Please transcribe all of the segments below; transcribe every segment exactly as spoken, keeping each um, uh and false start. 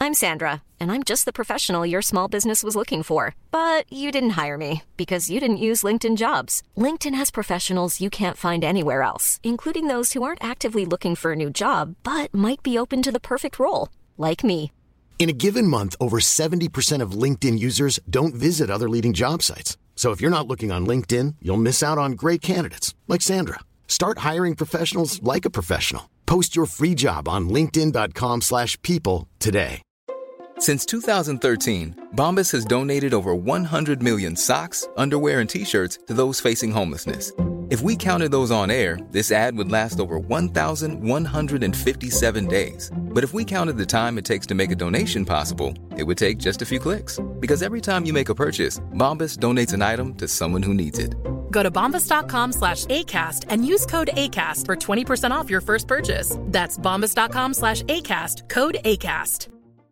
I'm Sandra, and I'm just the professional your small business was looking for. But you didn't hire me because you didn't use LinkedIn Jobs. LinkedIn has professionals you can't find anywhere else, including those who aren't actively looking for a new job, but might be open to the perfect role, like me. In a given month, over seventy percent of LinkedIn users don't visit other leading job sites. So if you're not looking on LinkedIn, you'll miss out on great candidates like Sandra. Start hiring professionals like a professional. Post your free job on linkedin dot com slash people today. Since two thousand thirteen, Bombas has donated over one hundred million socks, underwear, and T-shirts to those facing homelessness. If we counted those on air, this ad would last over one thousand one hundred fifty-seven days. But if we counted the time it takes to make a donation possible, it would take just a few clicks. Because every time you make a purchase, Bombas donates an item to someone who needs it. Go to bombas.com slash ACAST and use code ACAST for twenty percent off your first purchase. That's bombas.com slash ACAST, code ACAST.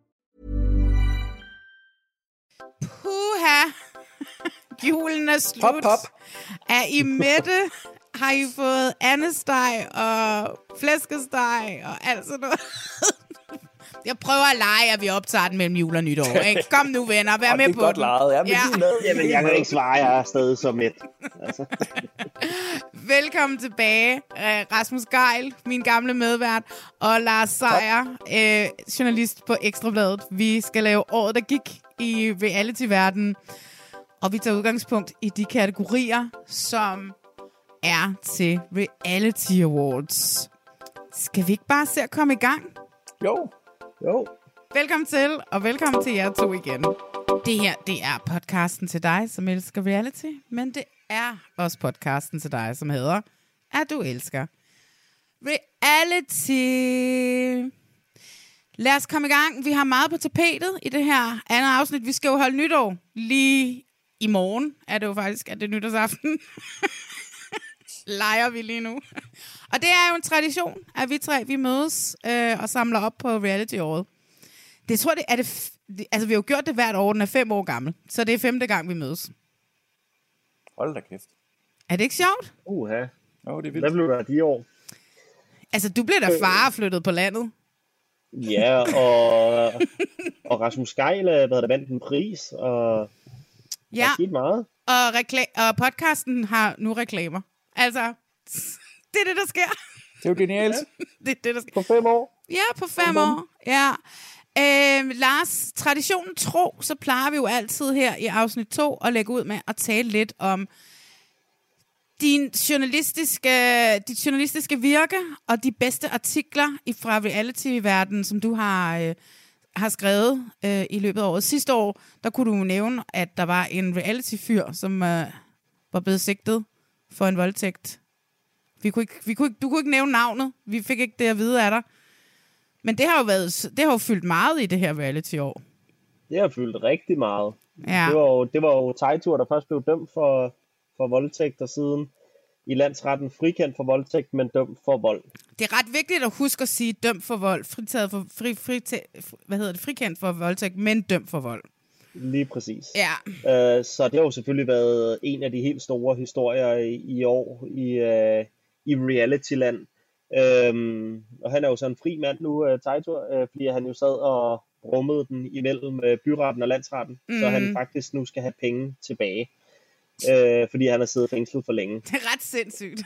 Puha! Julen er slut. Pop, pop. Er I mætte? Har I fået andesteg og flæskesteg og alt sådan noget? Jeg prøver at lege, at vi optager den mellem jul og nytår. Ikke? Kom nu, venner. Vær med på den. Det er godt lejet. Ja, men ja. med. Jamen, jeg kan ikke svare, jeg er stadig så mæt. Altså. Velkommen tilbage, Rasmus Geil, min gamle medvært, og Lars Seier, øh, journalist på Ekstra Bladet. Vi skal lave året, der gik i reality-verdenen, og vi tager udgangspunkt i de kategorier, som er til Reality Awards. Skal vi ikke bare se at komme i gang? Jo. Jo. Velkommen til, og velkommen til jer to igen. Det her, det er podcasten til dig, som elsker reality, men det er også podcasten til dig, som hedder, at du elsker reality. Lad os komme i gang. Vi har meget på tapetet i det her andet afsnit. Vi skal jo holde nytår lige i morgen. Er det jo faktisk, at det er nytårsaften. Leger vi lige nu. Og det er jo en tradition, at vi tre vi mødes øh, og samler op på reality-året. Det tror jeg, er det... F- altså, vi har jo gjort det hvert år, den er fem år gammel. Så det er femte gang, vi mødes. Hold da kæft. Er det ikke sjovt? Uha. Jo, det er vildt. Hvad blev der de år? Altså, du blev da far flyttet på landet. Ja, og, og Rasmus Geil, hvad der vandt en pris, og ja. Der er sket meget. Og, rekla- og podcasten har nu reklamer. Altså, det er det, der sker. Det er jo genialt. det er det, der sker. På fem år? Ja, på fem år. Ja. Øh, Lars, traditionen tro, så plejer vi jo altid her i afsnit to at lægge ud med at tale lidt om din journalistiske, dit journalistiske virke og de bedste artikler fra reality-verdenen, som du har, øh, har skrevet øh, i løbet af året. Sidste år, der kunne du nævne, at der var en reality-fyr, som øh, var blevet sigtet for en voldtægt. Vi kunne ikke, vi kunne ikke, du kunne ikke nævne navnet. Vi fik ikke det at vide af dig. Men det har jo været, det har jo fyldt meget i det her reality-år. Det har fyldt rigtig meget. Ja. Det var jo, det var jo Teitur, der først blev dømt for, for voldtægt, og siden i landsretten frikendt for voldtægt, men dømt for vold. Det er ret vigtigt at huske at sige dømt for vold, fritaget for fri, fri, hvad hedder det, frikendt for voldtægt, men dømt for vold. Lige præcis. Ja. Uh, så det har jo selvfølgelig været en af de helt store historier i, i år i, uh, i reality-land. Um, og han er jo så en fri mand nu, uh, Teitur, uh, fordi han jo sad og rummede den imellem uh, byretten og landsretten, mm. så han faktisk nu skal have penge tilbage. Øh, fordi han har siddet fængslet for længe. Det er ret sindssygt.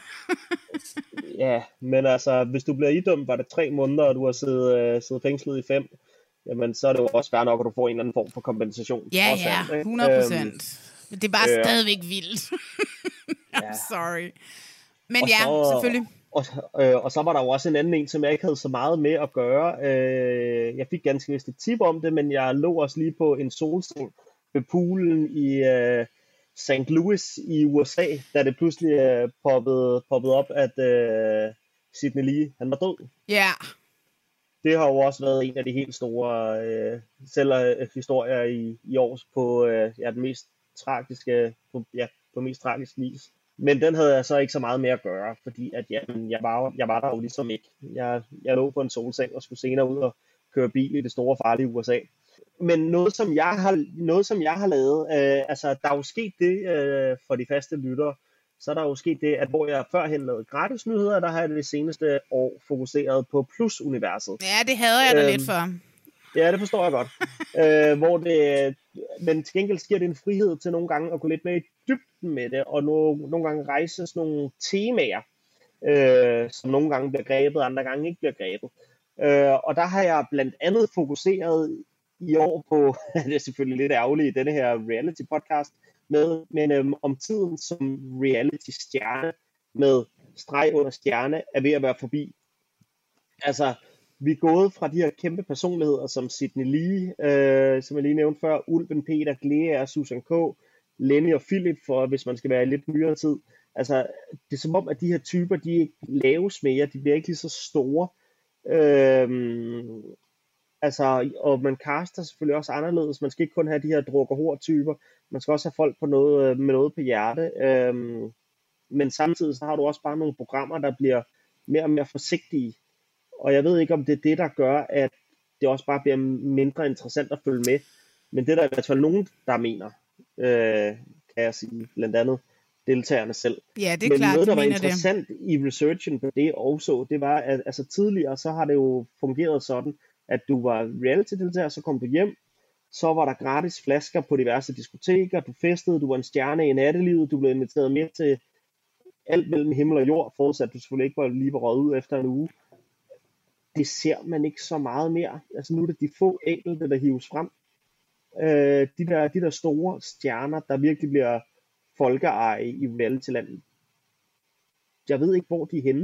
Ja, men altså, hvis du bliver idømt, var det tre måneder, og du har siddet, øh, siddet fængslet i fem, jamen så er det jo også fair nok, at du får en eller anden form for kompensation. Ja, ja, hundrede procent. Øhm, det er bare øh, stadigvæk vildt. I'm ja. sorry. Men og ja, så, selvfølgelig. Og, øh, og så var der jo også en anden en, som jeg ikke havde så meget med at gøre. Øh, jeg fik ganske vist et tip om det, men jeg lå også lige på en solseng ved poolen i... Øh, Saint Louis i U S A, da det pludselig uh, poppede, poppede op, at uh, Sidney Lee, han var død. Ja. Yeah. Det har jo også været en af de helt store uh, selv historier i, i år på uh, ja, den mest tragiske, på, ja, på mest tragisk vis. Men den havde jeg så ikke så meget med at gøre, fordi at, jamen, jeg, var, jeg var der jo ligesom ikke. Jeg, jeg lå på en solseng og skulle senere ud og køre bil i det store farlige U S A. Men noget som jeg har, noget, som jeg har lavet, øh, altså der er jo sket det øh, for de faste lyttere, så er der jo sket det, at hvor jeg førhen lavede gratis nyheder, der har jeg det seneste år fokuseret på Plus-universet. Ja, det havde jeg da øhm, lidt for. Ja, det forstår jeg godt. øh, hvor det, men til gengæld sker det en frihed til nogle gange at gå lidt mere i dybden med det, og no, nogle gange rejse sådan nogle temaer, øh, som nogle gange bliver grebet, andre gange ikke bliver grebet. Øh, og der har jeg blandt andet fokuseret i år på, det er selvfølgelig lidt ærgerligt i denne her reality podcast, med, men øhm, om tiden som reality stjerne med streg under stjerne er ved at være forbi. Altså, vi er gået fra de her kæmpe personligheder som Sydney Lee, øh, som jeg lige nævnte før, Ulven, Peter, Glea, Susan K, Lenny og Philip, for hvis man skal være i lidt nyere tid. Altså, det er som om, at de her typer, de ikke laves mere, de bliver ikke lige så store. Øhm, altså, og man caster selvfølgelig også anderledes. Man skal ikke kun have de her drukker-hår-typer. Man skal også have folk på noget, med noget på hjerte. Øhm, men samtidig så har du også bare nogle programmer, der bliver mere og mere forsigtige. Og jeg ved ikke, om det er det, der gør, at det også bare bliver mindre interessant at følge med. Men det er der i hvert fald nogen, der mener, øh, kan jeg sige, blandt andet deltagerne selv. Ja, det er Men klart, noget, der de var mener interessant det. i researchen på det også, det var, at altså, tidligere så har det jo fungeret sådan, at du var reality-deltager, så kom du hjem, så var der gratis flasker på diverse diskoteker, du festede, du var en stjerne i nattelivet, du blev inviteret med til alt mellem himmel og jord, forudsat du selvfølgelig ikke var lige var røget ud efter en uge. Det ser man ikke så meget mere. Altså nu er det de få enkelte, der hives frem. Øh, de, der, de der store stjerner, der virkelig bliver folkeeje i reality-landet. Jeg ved ikke, hvor de er henne.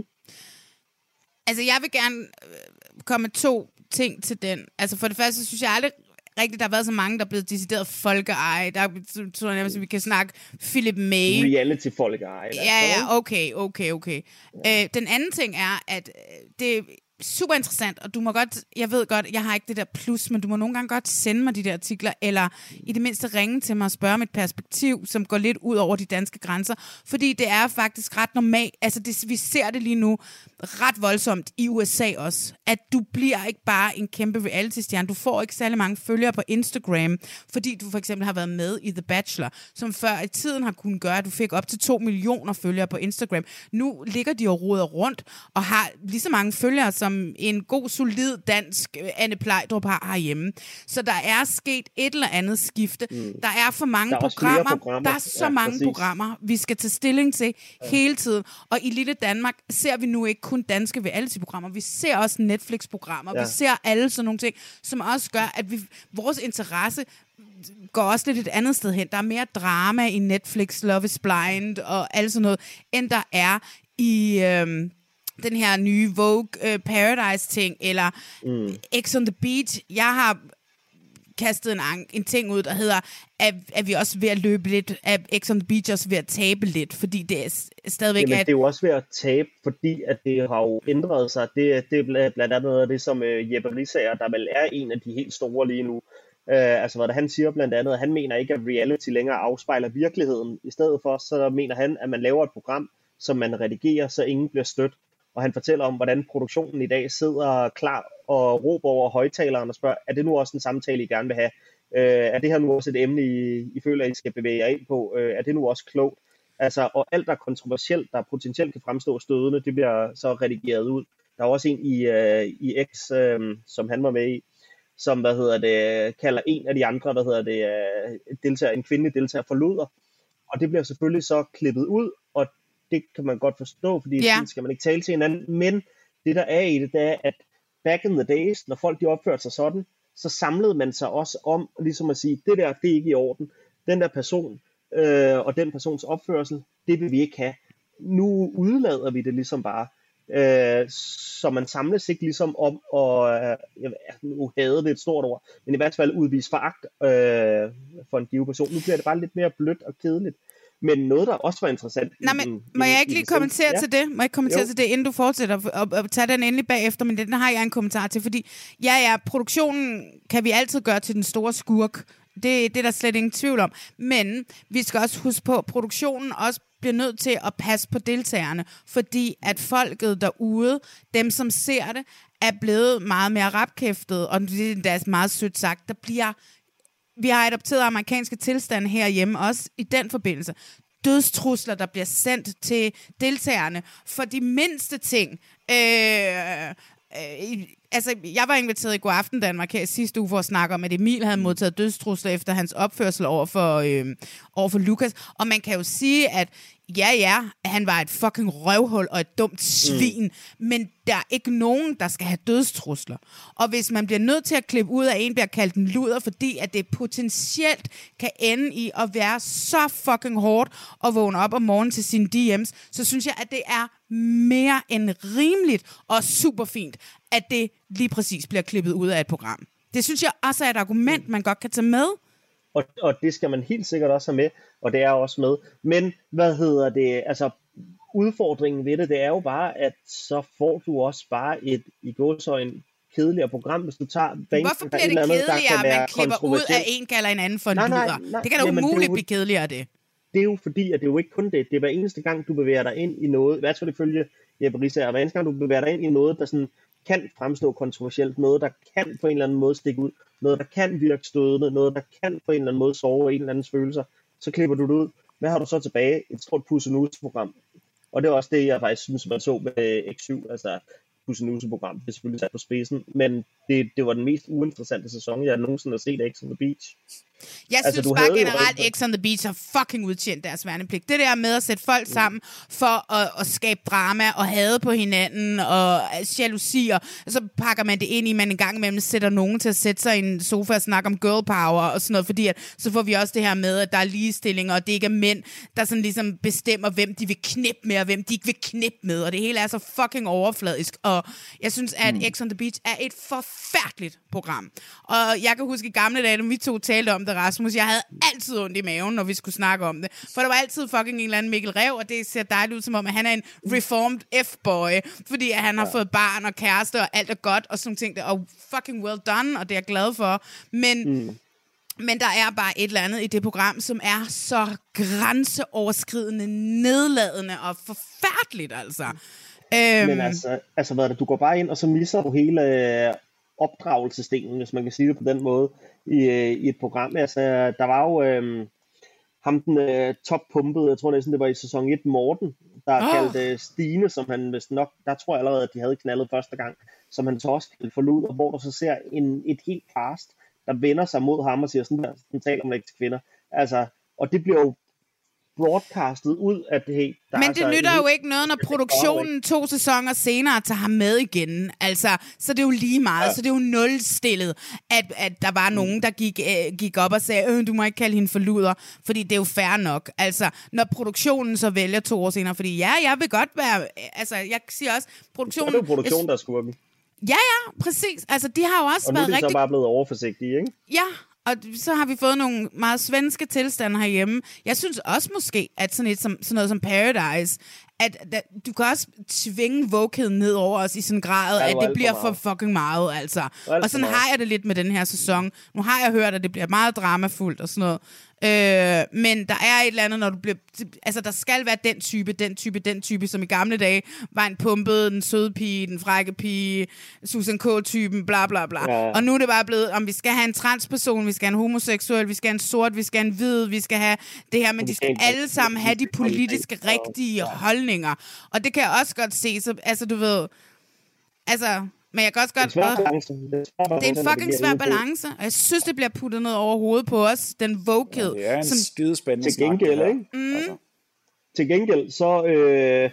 Altså, jeg vil gerne komme med to ting til den. Altså, for det første, så synes jeg aldrig rigtigt, der har været så mange, der er blevet decideret folkeeje. Der er, tror jeg nærmest, vi kan snakke Philip May. Reality-folkeeje. Ja, ja, okay, okay, okay. Ja. Øh, den anden ting er, at det super interessant, og du må godt, jeg ved godt, jeg har ikke det der plus, men du må nogle gange godt sende mig de der artikler, eller i det mindste ringe til mig og spørge om et perspektiv, som går lidt ud over de danske grænser, fordi det er faktisk ret normalt, altså det, vi ser det lige nu ret voldsomt i U S A også, at du bliver ikke bare en kæmpe reality-stjerne, du får ikke særlig mange følgere på Instagram, fordi du for eksempel har været med i The Bachelor, som før i tiden har kunnet gøre, at du fik op til to millioner følgere på Instagram. Nu ligger de og roder rundt, og har lige så mange følgere, som en god, solid dansk Anne Plejdrup har herhjemme. Så der er sket et eller andet skifte. Mm. Der er for mange er programmer. programmer. Der er så ja, mange præcis. programmer, vi skal tage stilling til ja. hele tiden. Og i lille Danmark ser vi nu ikke kun danske reality-programmer. Vi ser også Netflix-programmer. Ja. Vi ser alle sådan nogle ting, som også gør, at vi, vores interesse går også lidt et andet sted hen. Der er mere drama i Netflix, Love is Blind og alt sådan noget, end der er i øhm, den her nye Vogue uh, Paradise-ting, eller mm. X on the Beach. Jeg har kastet en, en ting ud, der hedder, at, at vi også ved at løbe lidt, at X on the Beach også ved at tabe lidt, fordi det er stadigvæk... Jamen, at... det er jo også ved at tabe, fordi at det har jo ændret sig. Det, det er blandt andet noget af det, som uh, Jeppe Rissager, der vel er en af de helt store lige nu. Uh, altså, hvad han siger blandt andet, at han mener ikke, at reality længere afspejler virkeligheden. I stedet for, så mener han, at man laver et program, som man redigerer, så ingen bliver stødt. Og han fortæller om, hvordan produktionen i dag sidder klar og råber over højtaleren og spørger, er det nu også en samtale, I gerne vil have? Øh, er det her nu også et emne, I, I føler, I skal bevæge jer ind på? Øh, er det nu også klogt? Altså, og alt, der er kontroversielt, der potentielt kan fremstå stødende, det bliver så redigeret ud. Der er også en i, øh, i X, øh, som han var med i, som, hvad hedder det, kalder en af de andre, hvad hedder det, øh, deltager, en kvindelig deltager for luder. Og det bliver selvfølgelig så klippet ud, og det kan man godt forstå, fordi ja. skal man ikke tale til hinanden. Men det, der er i det, det er, at back in the days, når folk de opførte sig sådan, så samlede man sig også om, ligesom at sige, det der, det er ikke i orden. Den der person øh, og den persons opførsel, det vil vi ikke have. Nu udlader vi det ligesom bare. Øh, så man samles ikke ligesom om, og øh, nu havde det et stort ord, men i hvert fald udvise foragt øh, for en given person. Nu bliver det bare lidt mere blødt og kedeligt. Men noget, der også var interessant... Nej, men må jeg ikke lige kommentere ja. til det? Må jeg ikke kommentere jo. til det, inden du fortsætter og, og tage den endelig bagefter? Men den har jeg en kommentar til, fordi ja, ja, produktionen kan vi altid gøre til den store skurk. Det, det er der slet ingen tvivl om. Men vi skal også huske på, at produktionen også bliver nødt til at passe på deltagerne, fordi at folket derude, dem som ser det, er blevet meget mere rapkæftet, og det er meget sødt sagt, der bliver... Vi har adopteret amerikanske tilstande herhjemme også i den forbindelse. Dødstrusler, der bliver sendt til deltagerne for de mindste ting. Øh, øh, altså, jeg var inviteret i God Aften Danmark her sidste uge for at snakke om, at Emil havde modtaget dødstrusler efter hans opførsel over for, øh, over for Lukas. Og man kan jo sige, at ja, ja, han var et fucking røvhul og et dumt svin, mm. men der er ikke nogen, der skal have dødstrusler. Og hvis man bliver nødt til at klippe ud af en, bliver kaldt en luder, fordi at det potentielt kan ende i at være så fucking hårdt og vågne op om morgenen til sine D M's, så synes jeg, at det er mere end rimeligt og super fint, at det lige præcis bliver klippet ud af et program. Det synes jeg også er et argument, man godt kan tage med. Og, og det skal man helt sikkert også have med, og det er også med. Men hvad hedder det, altså udfordringen ved det, det er jo bare, at så får du også bare et i gåseøjne kedeligere program, hvis du tager... Hvorfor bliver det kedeligere, at man klipper ud af en kalder en anden for en nej, nej, luder? nej, det kan da jamen, umuligt det jo, blive kedeligere af det. Det er jo fordi, at det er jo ikke kun det. Det er hver eneste gang, du bevæger dig ind i noget, hvad skal det følge Jeppe Risser, hver eneste gang, du bevæger dig ind i noget, der sådan kan fremstå kontroversielt, noget, der kan på en eller anden måde stikke ud, noget, der kan virke stødende, noget, der kan på en eller anden måde sove en eller andens følelser, så klipper du det ud. Hvad har du så tilbage? Et stort Pussenuse-program. Og det er også det, jeg faktisk synes, man så med X syv, altså Pussenuse-program. Det er selvfølgelig sat på spidsen, men det, det var den mest uinteressante sæson, jeg nogensinde har set af X on the Beach. Jeg altså, synes bare generelt, at X on the Beach har fucking udtjent deres værnepligt. Det der med at sætte folk sammen for at, at skabe drama og hade på hinanden og jalousier, og så pakker man det ind i, man en gang imellem sætter nogen til at sætte sig i en sofa og snakke om girl power og sådan noget, fordi at, så får vi også det her med, at der er ligestilling, og det ikke er mænd, der sådan ligesom bestemmer, hvem de vil knippe med, og hvem de ikke vil knippe med, og det hele er så fucking overfladisk, og jeg synes, at mm. X on the Beach er et forfærdeligt program. Og jeg kan huske i gamle dage, når vi to talte om det, Rasmus, jeg havde altid ondt i maven, når vi skulle snakke om det. For der var altid fucking en eller anden Mikkel Rev, og det ser dejligt ud som om, at han er en reformed F-boy, fordi at han har ja. fået barn og kæreste, og alt er godt, og sådan ting. Og fucking well done, og det er jeg glad for. Men, mm. men der er bare et eller andet i det program, som er så grænseoverskridende, nedladende og forfærdeligt, altså. Men øhm, altså, altså hvad er det? Du går bare ind, og så misser du hele øh, opdragelsesdelen, hvis man kan sige det på den måde, i, øh, i et program. Altså, der var jo øh, ham den øh, toppumpede, jeg tror næsten det var i sæson et, Morten, der oh. kaldte øh, Stine, som han vist nok, der tror jeg allerede, at de havde knaldet første gang, som han så også kaldte forlud, og hvor du så ser en, et helt cast, der vender sig mod ham og siger sådan der, den taler om ikke til kvinder. Altså, og det bliver jo broadcastet ud af det helt. Men det nytter helt, jo ikke noget, når produktionen to sæsoner senere tager ham med igen. Altså, så det er jo lige meget. Ja. Så det er jo nulstillet, at, at der var nogen, der gik, øh, gik op og sagde, øh, du må ikke kalde hende for luder, fordi det er jo fair nok. Altså, når produktionen så vælger to år senere, fordi ja, jeg vil godt være, altså, jeg siger også, produktionen... Det er jo produktionen, der er skurken. Ja, ja, præcis. Altså, de har jo også og været rigtig... Og nu er de så bare blevet overforsigtige, ikke? Ja, og så har vi fået nogle meget svenske tilstande herhjemme. Jeg synes også måske, at sådan, et, som, sådan noget som Paradise, at, at du kan også tvinge vågheden ned over os i sådan en grad, ja, at det bliver for, for fucking meget, altså. Og sådan har jeg det lidt med den her sæson. Nu har jeg hørt, at det bliver meget dramafuldt og sådan noget. Øh, men der er et eller andet, når du bliver... Altså, der skal være den type, den type, den type, som i gamle dage var en pumpet, den søde pige, den frække pige, Susan K-typen, bla bla bla. Ja. Og nu er det bare blevet, om vi skal have en transperson, vi skal have en homoseksuel, vi skal have en sort, vi skal have en hvid, vi skal have det her, men de skal alle sammen have de politiske rigtige holdninger. Og det kan jeg også godt se, så, altså du ved... Altså... Men jeg kan også godt... Det er, det er en fucking svær balance, og jeg synes, det bliver puttet ned over hovedet på os, den våghed. Ja, det er en som... skidespændende til gengæld, snak, ikke? Mm. Altså. Til gengæld, så... Øh...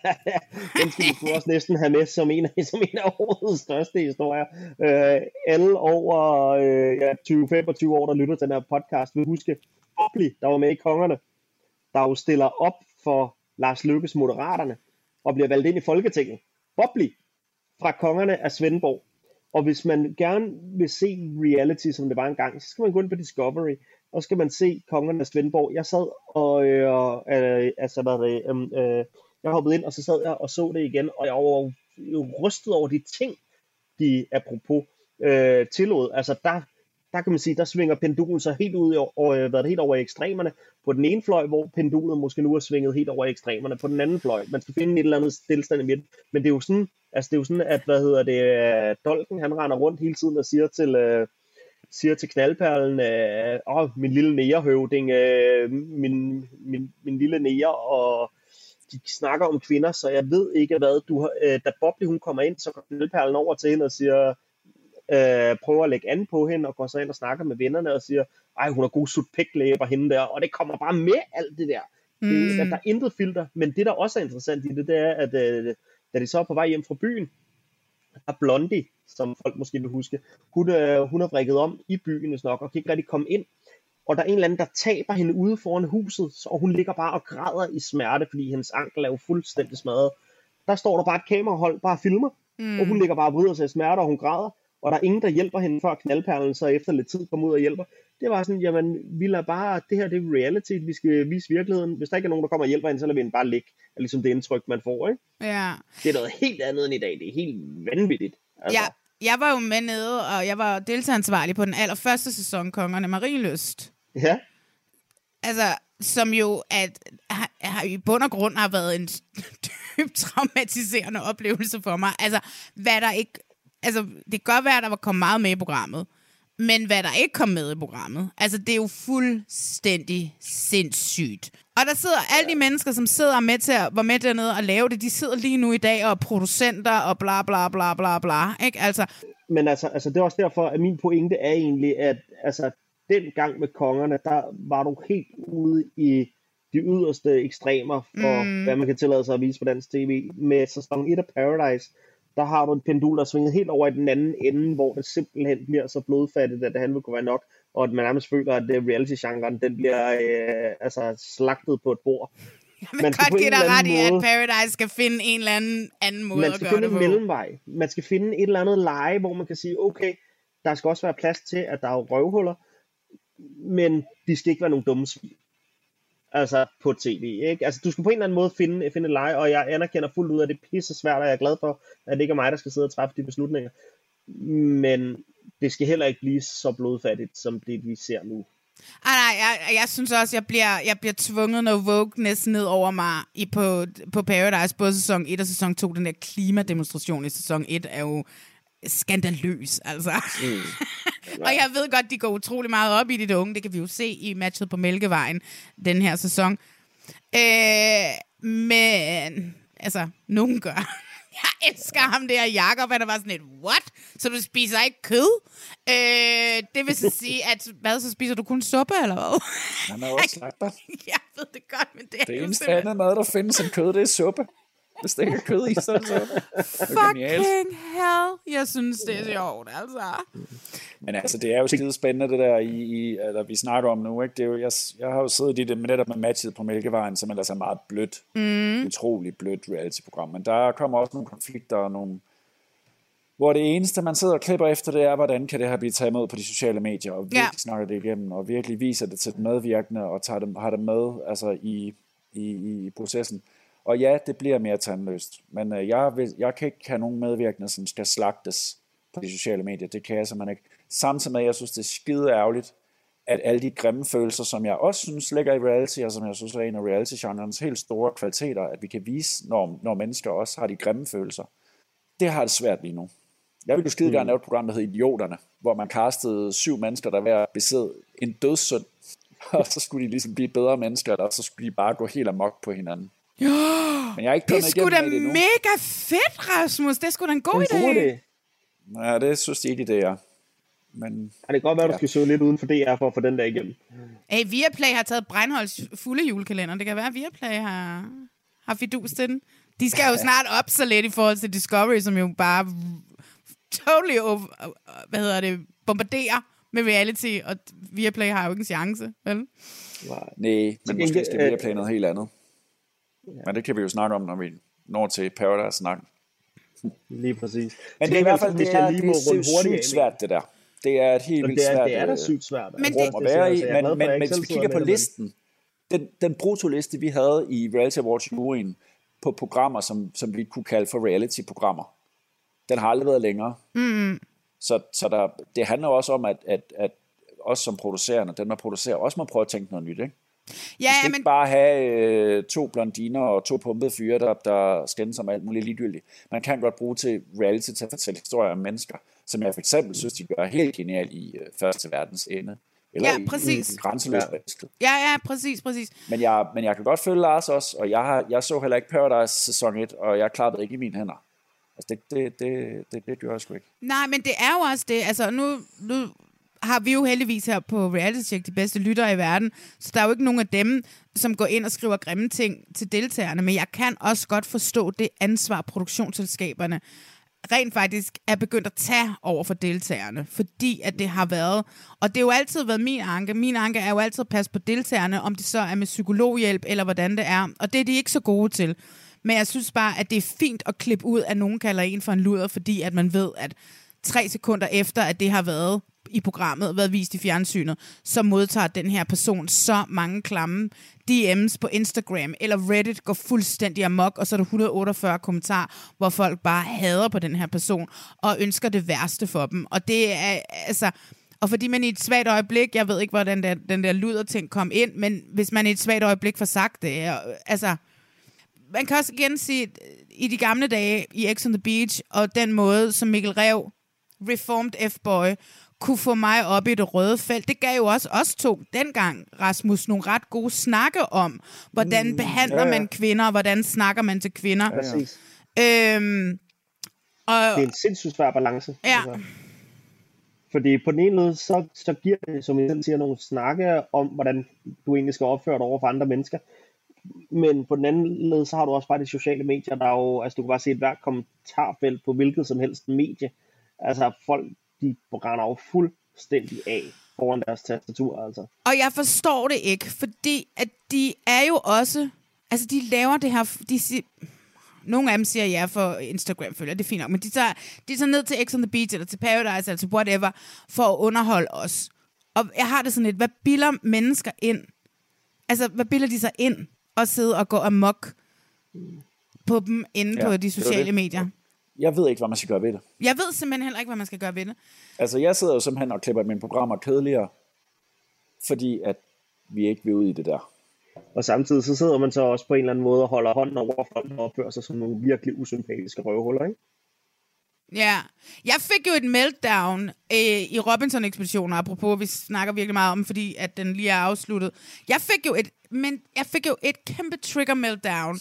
den skal du også næsten have med som en af, som en af årets største historier. Øh, alle over øh, ja, tyve til femogtyve år, der lytter til den her podcast, vil huske Bobli, der var med i Kongerne, der jo stiller op for Lars Løkkes Moderaterne, og bliver valgt ind i Folketinget. Bobli fra Kongerne af Svendborg. Og hvis man gerne vil se reality, som det var engang, så skal man gå ind på Discovery, og så skal man se Kongerne af Svendborg. Jeg sad og, øh, øh, altså, hvad det, øh, jeg hoppede ind, og så sad jeg og så det igen, og jeg var jo rystet over de ting, de apropos øh, tillod. Altså der, der kan man sige, der svinger pendulen så helt ud og øh, været helt over i ekstremerne på den ene fløj, hvor pendulet måske nu er svinget helt over i ekstremerne på den anden fløj. Man skal finde et eller andet stillestand i midten. Men det er jo sådan, altså det er jo sådan, at hvad hedder det, Dolken, han render rundt hele tiden og siger til øh, siger til knaldperlen, øh, åh, min lille nægerhøvding, øh, min, min, min lille næger, og de snakker om kvinder, så jeg ved ikke hvad. Du har, øh, da Bobby hun kommer ind, så går knaldperlen over til hende og siger, øh, prøver at lægge an på hende, og går så ind og snakker med vennerne og siger, ej, hun har god sut pæklæber hende der, og det kommer bare med alt det der. Mm. Det, at der er intet filter, men det der også er interessant i det, det er, at øh, da de så er på vej hjem fra byen, der er Blondie, som folk måske vil huske, hun, øh, hun er vrikket om i byen nok, og kan ikke rigtig komme ind. Og der er en eller anden, der taber hende ude foran huset, og hun ligger bare og græder i smerte, fordi hendes ankel er jo fuldstændig smadret. Der står der bare et kamerahold, bare filmer, mm. og hun ligger bare og vrider sig i smerte, og hun græder, og der er ingen, der hjælper hende, før knaldperlen så efter lidt tid kommer ud og hjælper. Det var sådan, jamen, vi lader bare, det her det er reality, vi skal vise virkeligheden. Hvis der ikke er nogen, der kommer og hjælper hende, så lader vi hende bare ligge. Det er ligesom det indtryk, man får, ikke? Ja. Det er noget helt andet end i dag, det er helt vanvittigt. Altså. Ja, jeg var jo med nede, og jeg var deltageransvarlig på den allerførste sæson, Kongerne Marielyst. Ja. Altså, som jo at, har, har i bund og grund har været en dybt traumatiserende oplevelse for mig. Altså, hvad der ikke... Altså, det kan godt være, at der var kommet meget med i programmet, men hvad der ikke kom med i programmet, altså, det er jo fuldstændig sindssygt. Og der sidder alle de mennesker, som sidder med til at, var med dernede og lave det, de sidder lige nu i dag og er producenter og bla bla bla bla bla, ikke? Altså... Men altså, altså, det er også derfor, at min pointe er egentlig, at altså, den gang med kongerne, der var du helt ude i de yderste ekstremer for, mm. hvad man kan tillade sig at vise på dansk tv. Med sæson et af Paradise, der har du et pendul, der er svinget helt over i den anden ende, hvor det simpelthen bliver så blodfattigt, at det handler kunne være nok, og at man nærmest føler, at reality-genren, den bliver øh, altså slagtet på et bord. Man, man kan godt give dig ret i, at Paradise skal finde en eller anden anden måde at gøre det på. Man skal finde en mellemvej. Man skal finde et eller andet leje, hvor man kan sige, okay, der skal også være plads til, at der er røvhuller, men de skal ikke være nogle dumme svin. Altså på tv, ikke? Altså du skal på en eller anden måde finde, finde et leje, og jeg anerkender fuldt ud, at det er pisse svært, og jeg er glad for, at det ikke er mig, der skal sidde og træffe de beslutninger. Men det skal heller ikke blive så blodfattigt, som det vi ser nu. Ah, nej, jeg, jeg synes også, jeg bliver, jeg bliver tvunget noget wokeness ned over mig i på, på Paradise, både sæson et og sæson to. Den der klimademonstration i sæson et er jo skandaløs, altså. Mm. Og jeg ved godt, de går utrolig meget op i det unge. Det kan vi jo se i matchet på Mælkevejen den her sæson. Øh, men, altså, nogen gør. Jeg elsker ham der, Jakob, han er bare sådan et, what? Så du spiser ikke kød? Øh, det vil så sige, at, hvad, så spiser du kun suppe, eller hvad? Han er også slagter. Jeg ved det godt, men det er det eneste andet mad, der findes som kød, det er suppe. Hvis det ikke er kød i, så er det suppe. Fucking hell. Jeg synes, det er sjovt, altså. Men altså, det er jo skide spændende, det der, i, i, eller, vi snakker om nu, ikke? Det er jo, jeg, jeg har jo siddet i det med netop med matchet på Mælkevejen, som ellers er meget blødt, mm. utrolig blødt reality-program. Men der kommer også nogle konflikter, og nogle, hvor det eneste, man sidder og klipper efter, det er, hvordan kan det her blive taget med på de sociale medier, og virkelig ja. snakker det igennem, og virkelig viser det til den medvirkende, og tager det, har det med altså, i, i, i processen. Og ja, det bliver mere tandløst, men øh, jeg, vil, jeg kan ikke have nogen medvirkende, som skal slagtes på de sociale medier. Det kan jeg simpelthen ikke. Samtidig med, at jeg synes, det er skide ærgerligt, at alle de grimme følelser, som jeg også synes ligger i reality, og som jeg synes er en af reality-genrens helt store kvaliteter, at vi kan vise, når, når mennesker også har de grimme følelser. Det har det svært lige nu. Jeg ville jo skide gerne lave et program, der hed Idioterne, hvor man castede syv mennesker, der hver besidde en dødssynd, og så skulle de ligesom blive bedre mennesker, og så skulle de bare gå helt amok på hinanden. Jo, men jeg er ikke det er sgu da mega fedt, Rasmus. Det er sgu da en god idé. Ja, det synes jeg ikke, det er. Men ja, det kan godt være, at du skal søge lidt uden for D R for at få den der igennem. Hey, Viaplay har taget Breinholds fulde julekalender. Det kan være, at Viaplay har, har fidus til den. De skal jo snart op så lidt i forhold til Discovery, som jo bare totally over, hvad hedder det, bombarderer med reality, og Viaplay har jo ikke en chance, vel? Nej, men måske skal Viaplay noget helt andet. Ja. Men det kan vi jo snakke om, når vi når til Paradise-snakken. Lige præcis. Men det er i hvert fald det er, det er sygt svært, det der. Det er et helt vildt svært. Det er da sygt svært. Men, det, at være i, men, men, men hvis vi kigger på listen, den, den brutoliste, vi havde i Reality Awards juryen på programmer, som, som vi kunne kalde for reality-programmer, den har aldrig været længere. Mm. Så, så der, det handler også om, at, at, at os som producerende, den man producerer, også må prøve at tænke noget nyt, ikke? Ja, vi skal men... ikke bare have øh, to blondiner og to pumpede fyre, der, der skændes om alt muligt ligegyldigt. Man kan godt bruge til reality til at fortælle historier om mennesker, som jeg for eksempel synes, de gør helt genialt i øh, Første Verdens Ende, Eller ja, præcis. i, i grænseløs ja. elsket. Ja, ja, præcis, præcis. Men jeg, men jeg kan godt følge Lars også, og jeg, har, jeg så heller ikke Paradise sæson et, og jeg klappede ikke i mine hænder. Altså, det, det, det, det, det gjorde jeg sgu ikke. Nej, men det er jo også det. Altså, nu, nu har vi jo heldigvis her på Reality Check de bedste lyttere i verden, så der er jo ikke nogen af dem, som går ind og skriver grimme ting til deltagerne, men jeg kan også godt forstå det ansvar, produktionsselskaberne rent faktisk er begyndt at tage over for deltagerne, fordi at det har været, og det har jo altid været min anke, min anke er jo altid at passe på deltagerne, om det så er med psykologhjælp, eller hvordan det er, og det er de ikke så gode til. Men jeg synes bare, at det er fint at klippe ud, at nogen kalder en for en luder, fordi at man ved, at tre sekunder efter, at det har været i programmet, været vist i fjernsynet, så modtager den her person så mange klamme D M's på Instagram, eller Reddit går fuldstændig amok, og så er der et hundrede og otteogfyrre kommentarer, hvor folk bare hader på den her person, og ønsker det værste for dem. Og det er, altså, og fordi man i et svagt øjeblik, jeg ved ikke, hvordan der, den der luder-ting kom ind, men hvis man i et svagt øjeblik får sagt det, altså, man kan også igen sige, i de gamle dage i X on the Beach, og den måde, som Mikkel Rev, reformed F-boy, kunne få mig op i det røde felt. Det gav jo også os to dengang, Rasmus, nogle ret gode snakke om, hvordan behandler mm, ja, ja. man kvinder, hvordan snakker man til kvinder. Præcis. Øhm, og, det er en sindssygt svær balance. Ja. Altså. Fordi på den ene led, så, så giver det, som jeg selv siger, nogle snakke om, hvordan du egentlig skal opføre dig over for andre mennesker. Men på den anden led, så har du også bare de sociale medier, der er jo, altså du kan bare se et hvert kommentarfelt på hvilket som helst medie. Altså folk, de brænder jo fuldstændig af foran deres tastatur, altså. Og jeg forstår det ikke, fordi at de er jo også, altså de laver det her, de siger, nogle af dem siger ja for Instagram-følger, det er fint nok, men de tager, de tager ned til X on the Beach, eller til Paradise, eller til whatever, for at underholde os. Og jeg har det sådan lidt, hvad bilder mennesker ind? Altså, hvad bilder de sig ind? Og sidde og gå amok på dem inde ja, på de sociale det. medier. Jeg ved ikke, hvad man skal gøre ved det. Jeg ved simpelthen heller ikke, hvad man skal gøre ved det. Altså, jeg sidder jo simpelthen og klipper mine programmer kedeligere, fordi at vi ikke vil ud i det der. Og samtidig så sidder man så også på en eller anden måde og holder hånden over folk, der opfører sig som nogle virkelig usympatiske røvhuller, ikke? Ja, jeg fik jo et meltdown øh, i Robinson-ekspeditionen, apropos, vi snakker virkelig meget om, fordi at den lige er afsluttet. Jeg fik jo et, men jeg fik jo et kæmpe trigger meltdown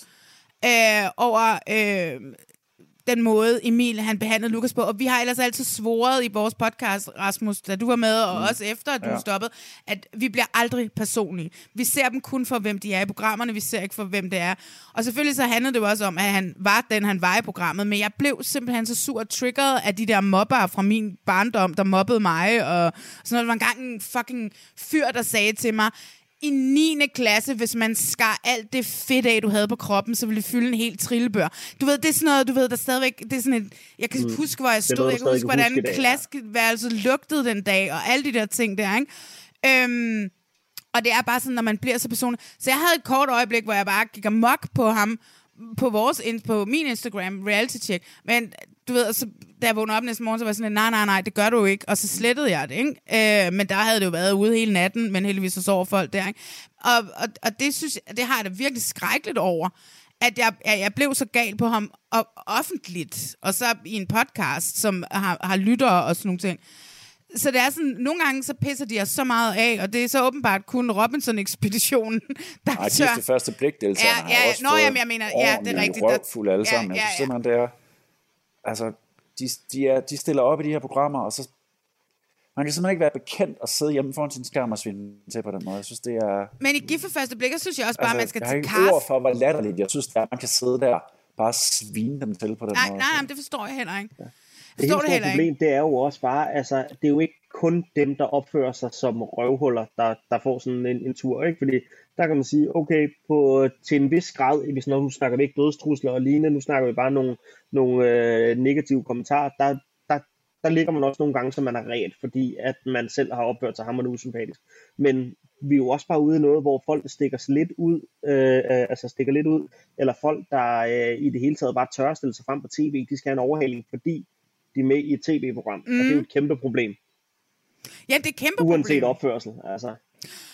øh, over øh, den måde, Emil han behandlede Lukas på. Og vi har ellers altid svoret i vores podcast, Rasmus, da du var med, og mm. også efter, at du ja. stoppede, at vi bliver aldrig personlige. Vi ser dem kun for, hvem de er i programmerne, vi ser ikke for, hvem det er. Og selvfølgelig så handlede det jo også om, at han var den, han var i programmet, men jeg blev simpelthen så sur og triggeret af de der mobber fra min barndom, der mobbede mig, og sådan noget. Der var engang en fucking fyr, der sagde til mig, i niende klasse, hvis man skar alt det fedt af, du havde på kroppen, så ville det fylde en helt trillebør. Du ved, det er sådan noget, du ved, der stadigvæk, det er sådan et, jeg kan mm. huske, hvor jeg stod, noget, jeg kan huske, hvordan klaskeværelset lugtede den dag, og alle de der ting der, ikke? Øhm, og det er bare sådan, når man bliver så personlig. Så jeg havde et kort øjeblik, hvor jeg bare gik amok på ham, på vores, på min Instagram, Reality Check, men du ved, så, da jeg vågnede op næste morgen, så var jeg sådan, nej, nej, nej, det gør du ikke, og så slettede jeg det, ikke? Øh, men der havde det jo været ude hele natten, men heldigvis så sover folk der, ikke? Og, og, og det synes jeg, det har jeg da virkelig skrækkeligt over, at jeg, jeg blev så gal på ham, og offentligt, og så i en podcast, som har, har lyttere og sådan nogle ting. Så det er sådan, nogle gange så pisser de os så meget af, og det er så åbenbart kun Robinson-ekspeditionen, der Nej, de er det første blikdeltagerne ja, ja, har også Nå, fået jamen, jeg mener, ja, det er rigtigt. Røvfulde alle sammen. Ja, ja, ja. Jeg synes simpelthen, det er, altså, de, de, er, de stiller op i de her programmer, og så man kan simpelthen ikke være bekendt at sidde hjemme foran sin skærm og svinde til på den måde. Jeg synes, det er... Men i Gift for første blik, synes jeg også bare, altså, man skal til cast... Jeg har ikke ord for, hvor latterligt. Jeg synes, at man kan sidde der bare svine dem til på den nej, måde. Nej, nej, det forstår jeg heller ikke. Ja. Det helt store problem, ikke. Det er jo også bare, altså, det er jo ikke kun dem, der opfører sig som røvhuller, der, der får sådan en, en tur, ikke? Fordi der kan man sige, okay, på, til en vis grad, hvis når nu snakker vi ikke dødstrusler og lignende, nu snakker vi bare nogle, nogle øh, negative kommentarer, der, der, der ligger man også nogle gange, som man er ret, fordi at man selv har opført sig hammerende usympatisk. Men vi er jo også bare ude i noget, hvor folk stikker sig lidt ud, øh, altså stikker lidt ud, eller folk, der øh, i det hele taget bare tør at stille sig frem på tv, de skal have en overhaling, fordi de er med i et tv-program, mm. og det er jo et kæmpe problem. Ja, det er et kæmpe Uanset problem. opførsel, altså.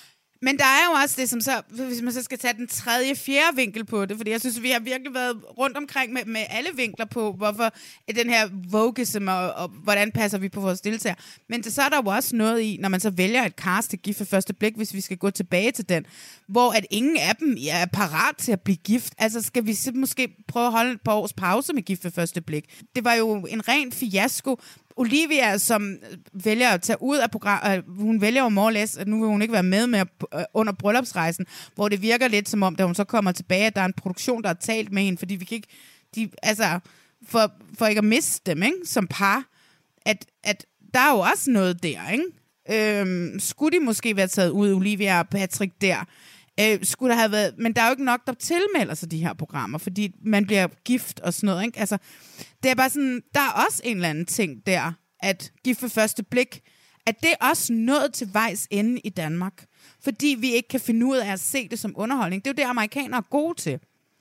Men der er jo også det, som så, hvis man så skal tage den tredje, fjerde vinkel på det, fordi jeg synes, vi har virkelig været rundt omkring med, med alle vinkler på, hvorfor den her voguism, og, og hvordan passer vi på vores deltager. Men så er der jo også noget i, når man så vælger et cast til Gift ved første blik, hvis vi skal gå tilbage til den, hvor at ingen af dem er parat til at blive gift. Altså skal vi måske prøve at holde et par års pause med Gift ved første blik. Det var jo en ren fiasko. Olivia, som vælger at tage ud af programmet, hun vælger jo more or less, at nu vil hun ikke være med, med under bryllupsrejsen, hvor det virker lidt som om, da hun så kommer tilbage, at der er en produktion, der har talt med hende, fordi vi kan ikke, de, altså, for, for ikke at miste dem, ikke, som par, at, at der er jo også noget der, ikke? Øhm, skulle de måske være taget ud, Olivia og Patrick der, øh, skulle der have været, men der er jo ikke nok, der tilmelder sig de her programmer, fordi man bliver gift og sådan noget, ikke? Altså, det er bare sådan, der er også en eller anden ting der, at Gift ved første blik, at det er også nået til vejs ende i Danmark, fordi vi ikke kan finde ud af at se det som underholdning. Det er jo det, amerikanere er gode til. Øhm,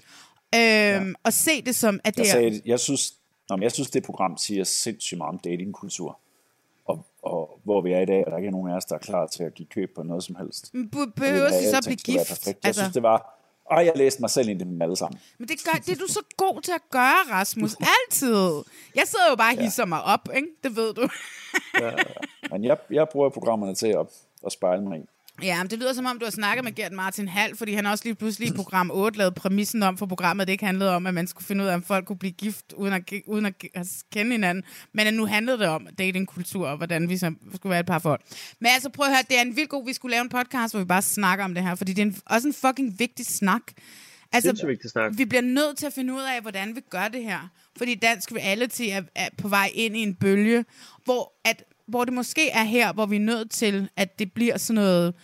ja. Og se det som, at det jeg er... Sagde, jeg, synes, nå, jeg synes, det program siger sindssygt meget om datingkultur. Og, og hvor vi er i dag, og der ikke er nogen af os, der er klar til at give køb på noget som helst. Men behøver de så blive gift? Jeg altså... synes, det var... Og jeg læste mig selv ind i dem alle sammen. Men det, gør, det er du så god til at gøre, Rasmus. Altid. Jeg sidder jo bare og hisser ja. mig op, ikke? Det ved du. ja, ja. Men jeg, jeg bruger programmerne til at, at spejle mig i. Ja, men det lyder som om, du har snakket med Gert Martin Hall, fordi han også lige pludselig i program otte lavede præmissen om for programmet, det ikke handlede om, at man skulle finde ud af, om folk kunne blive gift uden at, uden at kende hinanden. Men at nu handlede det om datingkultur og hvordan vi så skulle være et par folk. Men altså prøv at høre, det er en vildt god, vi skulle lave en podcast, hvor vi bare snakker om det her, fordi det er en, også en fucking vigtig snak. Altså, vigtig snak. Vi bliver nødt til at finde ud af, hvordan vi gør det her. Fordi dansk reality er, er på vej ind i en bølge, hvor at hvor det måske er her, hvor vi er nødt til, at det bliver sådan noget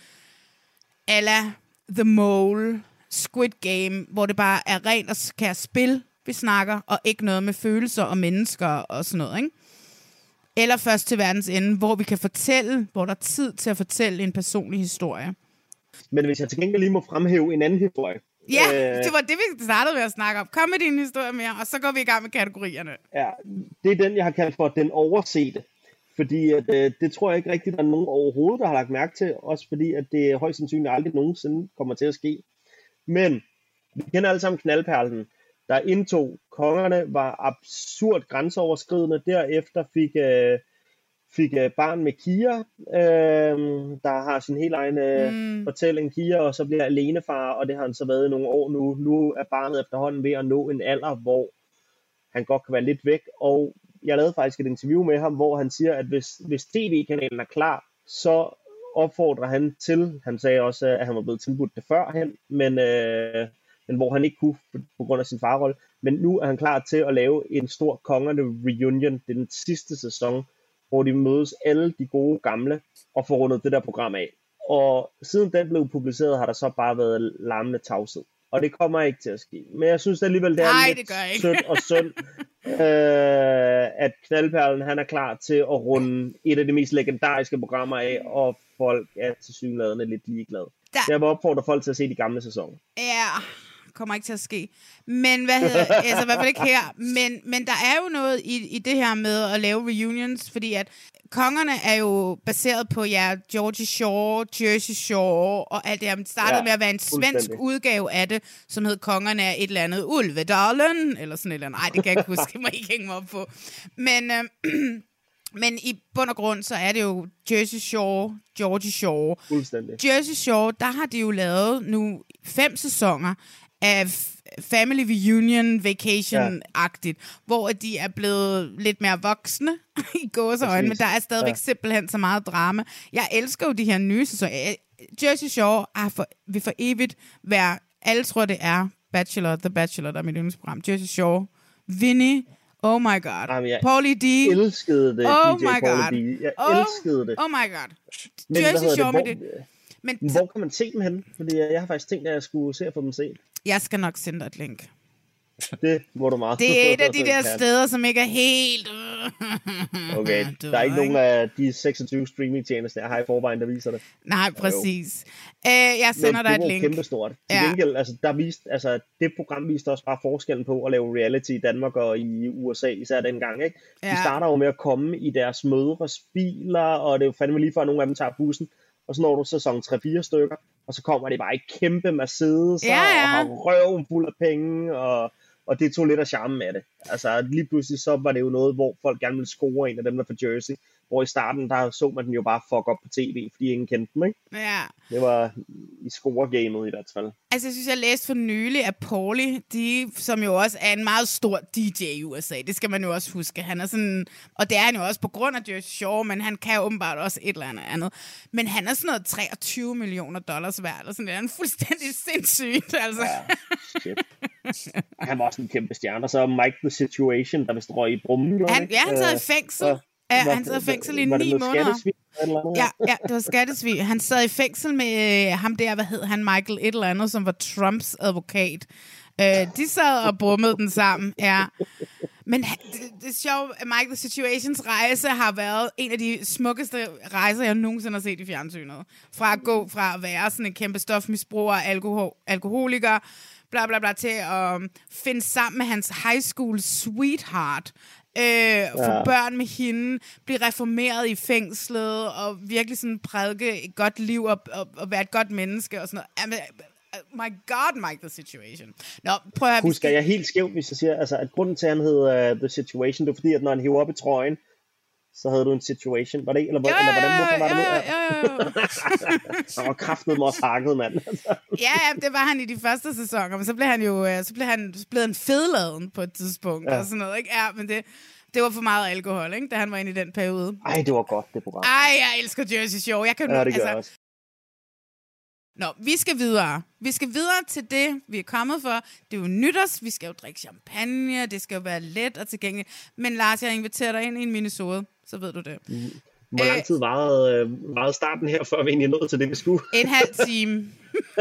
a la The Mole, Squid Game, hvor det bare er rent og skære spil, vi snakker, og ikke noget med følelser og mennesker og sådan noget, ikke? Eller Først til verdens ende, hvor vi kan fortælle, hvor der er tid til at fortælle en personlig historie. Men hvis jeg til gengæld lige må fremhæve en anden historie. Ja, øh, det var det, vi startede med at snakke om. Kom med din historie mere, og så går vi i gang med kategorierne. Ja, det er den, jeg har kaldt for den oversete. Fordi at, øh, det tror jeg ikke rigtigt, der er nogen overhovedet, der har lagt mærke til. Også fordi, at det højst sandsynligt aldrig nogensinde kommer til at ske. Men vi kender alle sammen knaldperlen. Der indtog kongerne, var absurd grænseoverskridende. Derefter fik, øh, fik øh, barn med Kira, øh, der har sin helt egen øh, mm. fortælling, Kira, og så bliver alenefar, og det har han så været i nogle år nu. Nu er barnet efterhånden ved at nå en alder, hvor han godt kan være lidt væk, og jeg lavede faktisk et interview med ham, hvor han siger, at hvis, hvis tv-kanalen er klar, så opfordrer han til, han sagde også, at han var blevet tilbudt det førhen, men, øh, men hvor han ikke kunne på grund af sin farrolle. Men nu er han klar til at lave en stor kongerne reunion, det er den sidste sæson, hvor de mødes alle de gode gamle og får rundet det der program af. Og siden den blev publiceret, har der så bare været larmende tavshed. Og det kommer ikke til at ske. Men jeg synes alligevel, det er Ej, lidt det sødt og synd, øh, at knaldperlen han er klar til at runde et af de mest legendariske programmer af, og folk er tilsyneladende lidt ligeglade. Der... Jeg vil opfordre folk til at se de gamle sæsoner. Ja, kommer ikke til at ske. Men hvad hedder, altså i hvert fald ikke her. Men, men der er jo noget i, i det her med at lave reunions, fordi at kongerne er jo baseret på ja, Georgie Shore, Jersey Shore og alt det her. Det startede ja, med at være en svensk udgave af det, som hed Kongerne af et eller andet Ulvedalen, eller sådan et eller andet. Ej, det kan jeg ikke huske, jeg må ikke hænge mig op på. Men, øh, men i bund og grund, så er det jo Jersey Shore, Georgie Shore. Fuldstændig. Jersey Shore, der har de jo lavet nu fem sæsoner af family reunion vacation-agtigt, ja. Hvor de er blevet lidt mere voksne i gåseøjne, men der er stadigvæk ja. simpelthen så meget drama. Jeg elsker jo de her nye sæsoner. Jersey Shore er for, vil for evigt være, alle tror det er Bachelor, The Bachelor, der er mit yndlingsprogram. Jersey Shore, Vinny, oh my god. Jamen, jeg Pauly D. elskede det, oh D J my god. D. Jeg oh, elskede det. Oh my god. Men, Jersey Shore hvor, med det. Men hvor kan man se dem hen? Fordi jeg har faktisk tænkt, at jeg skulle se at få dem set. Jeg skal nok sende dig et link. Det må du meget. Det er et af de der steder, som ikke er helt... Okay, der er ikke nogen af de seksogtyve streamingtjenester, jeg har i forvejen, der viser det. Nej, præcis. Uh, jeg sender dig et link. Det var kæmpestort. Til ja. gengæld, altså, der viste, altså, det program viste også bare forskellen på at lave reality i Danmark og i U S A, især dengang. Ikke? De ja. starter jo med at komme i deres mødres biler, og det er jo fandme lige før, at nogle af dem tager bussen. og så når du sæson tre fire stykker, og så kommer det bare i kæmpe Mercedes, ja, ja. og har røven fuld af penge, og, og det tog lidt af charmen med det. Altså lige pludselig så var det jo noget, hvor folk gerne ville score en af dem, der fra Jersey, hvor i starten, der så man den jo bare fuck op på tv, fordi ingen kendte dem, ikke? Ja. Det var i score-gamet i hvert fald. Altså, jeg synes, jeg læste for nylig af Paulie, de, som jo også er en meget stor D J i U S A. Det skal man jo også huske. Han er sådan, og det er han jo også på grund af Jersey Shore, men han kan åbenbart også et eller andet andet. Men han er sådan noget treogtyve millioner dollars værd, eller sådan det er en fuldstændig sindssygt, altså. Ja, shit. Han var også en kæmpe stjerne, og så Mike the Situation, der vist røg i brummen. Han, ja, han sad i fængsel. Uh, Ja, han sad i fængsel i ni måneder. Ja, ja, det var skattesvig. Han sad i fængsel med øh, ham der, hvad hed han, Michael et eller andet, som var Trumps advokat. Øh, de sad og brummede den sammen, ja. Men det, det er sjovt, at Michael Situations rejse har været en af de smukkeste rejser, jeg nogensinde har set i fjernsynet. Fra at gå fra at være sådan en kæmpe stofmisbruger, alkohol, alkoholiker, bla bla bla, til at finde sammen med hans high school sweetheart, Øh, få ja. børn med hende, blive reformeret i fængslet, og virkelig sådan prædike et godt liv, og, og, og være et godt menneske, og sådan noget. My God, Mike the Situation. Nå, prøv at... Husker jeg helt skævt, hvis jeg siger, altså, at grunden til, at han hed uh, The Situation, det var fordi, at når han hæver op i trøjen, så havde du en situation. Var det eller, ja, eller hvordan hvorfor var det nu? Ja, ja, ja. Han var kraftet med også hakket, mand. ja, ja, det var han i de første sæsoner, men så blev han jo så blev han, så blev han fedladen på et tidspunkt, ja. og sådan noget, ikke? Ja, men det, det var for meget alkohol, ikke? Da han var inde i den periode. Ej, det var godt, det program. Ej, jeg elsker Jersey Shore. Jeg kan ja, nu, det gør altså... også. Nå, vi skal videre. Vi skal videre til det, vi er kommet for. Det er jo nytårs, vi skal jo drikke champagne, det skal jo være let og tilgængeligt. Men Lars, jeg inviterer dig ind i en minisode, så ved du det. Mm. Hvor lang tid varede, øh, varede starten her, før vi egentlig nåede til det, vi skulle? En halv time.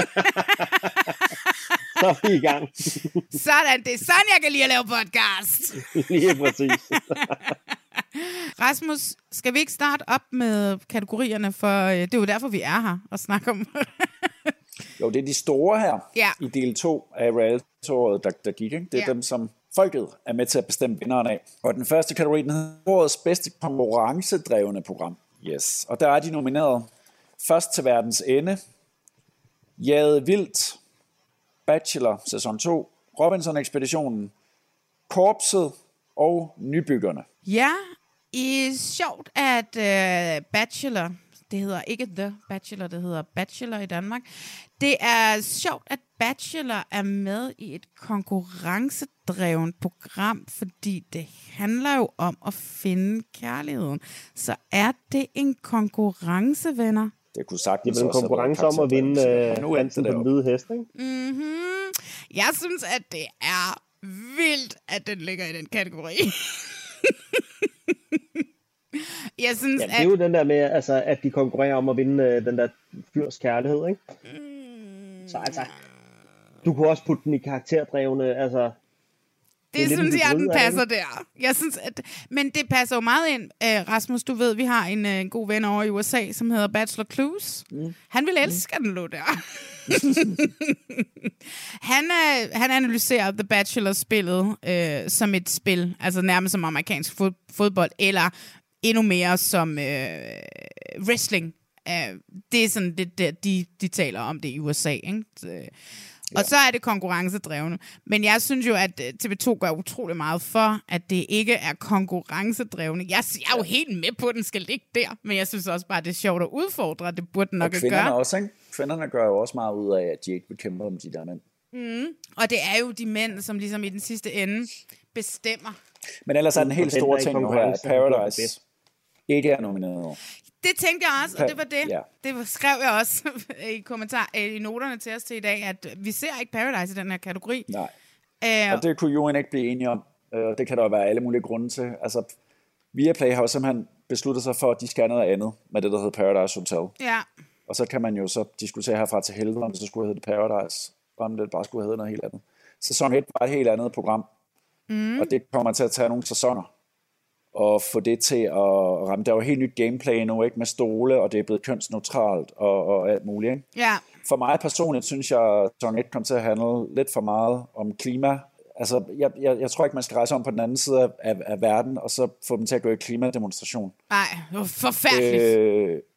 Så er vi i gang. Sådan, det er sådan, jeg kan lide at lave podcast. Lige præcis. Rasmus, skal vi ikke starte op med kategorierne, for øh, det er jo derfor, vi er her og snakker om. Jo, det er de store her ja. i del to af reality-året, der, der gik. Ikke? Det er ja. dem, som folket er med til at bestemme vinderen af. Og den første kategori, den hedder årets bedste konkurrencedrevne program. Yes. Og der er de nomineret først til verdens ende, Jaget Vildt, Bachelor sæson to, Robinson-ekspeditionen, Korpset og Nybyggerne. Ja, i sjovt, at uh, Bachelor, det hedder ikke The Bachelor, det hedder Bachelor i Danmark. Det er sjovt, at Bachelor er med i et konkurrencedrevet program, fordi det handler jo om at finde kærligheden. Så er det en konkurrence, venner? Det kunne sagtens det er en konkurrence om at vinde øh, Hansen på den hvide hest, ikke? Mm-hmm. Jeg synes, at det er vildt, at den ligger i den kategori. Jeg synes, ja, det er jo at... den der med, altså, at de konkurrerer om at vinde øh, den der fyrs kærlighed, ikke? Mm. Så altså, du kunne også putte den i karakterdrevne, altså... Det, det synes jeg, den passer der. Jeg synes, at, men det passer jo meget ind. Uh, Rasmus, du ved, vi har en, uh, en god ven over i U S A, som hedder Bachelor Clues. Mm. Han vil elske mm. den lå der. han, uh, han analyserer The Bachelor-spillet uh, som et spil, altså nærmest som amerikansk fod- fodbold, eller endnu mere som uh, wrestling. Uh, det er sådan, det, det, de, de taler om det i U S A, ikke? Så, og ja. Så er det konkurrencedrevne. Men jeg synes jo, at T V to gør utrolig meget for, at det ikke er konkurrencedrevne. Jeg, jeg er jo helt med på, at den skal ligge der, men jeg synes også bare, at det er sjovt at udfordre. Det burde den nok og gøre. Kvinderne også, ikke? Kvinderne gør jo også meget ud af, at de ikke vil kæmpe om de der mænd. Mm. Og det er jo de mænd, som ligesom i den sidste ende bestemmer. Men ellers er den helt store ting nu her, at Paradise ikke er nomineret. Det tænkte jeg også, og det var det. Ja. Det skrev jeg også i kommentar i noterne til os til i dag, at vi ser ikke Paradise i den her kategori. Nej. Æh, og det kunne jo ikke blive enige om. Det kan der jo være alle mulige grunde til. Altså, Viaplay har jo simpelthen besluttet sig for, at de skal noget andet med det, der hedder Paradise Hotel. Ja. Og så kan man jo så diskutere herfra til helvede, om det så skulle hedde Paradise, om det bare skulle hedde noget helt andet. Sæson et var et helt andet program, mm. og det kommer til at tage nogle sæsoner. Og få det til at ramme. Der er jo helt nyt gameplay nu, ikke, med stole, og det er blevet kønsneutralt og, og alt muligt. Ikke? Ja. For mig personligt synes jeg, at sæson et kom til at handle lidt for meget om klima. Altså, jeg, jeg, jeg tror ikke, man skal rejse om på den anden side af, af verden, og så få dem til at gå i klimademonstration. Nej, det var forfærdeligt. Øh,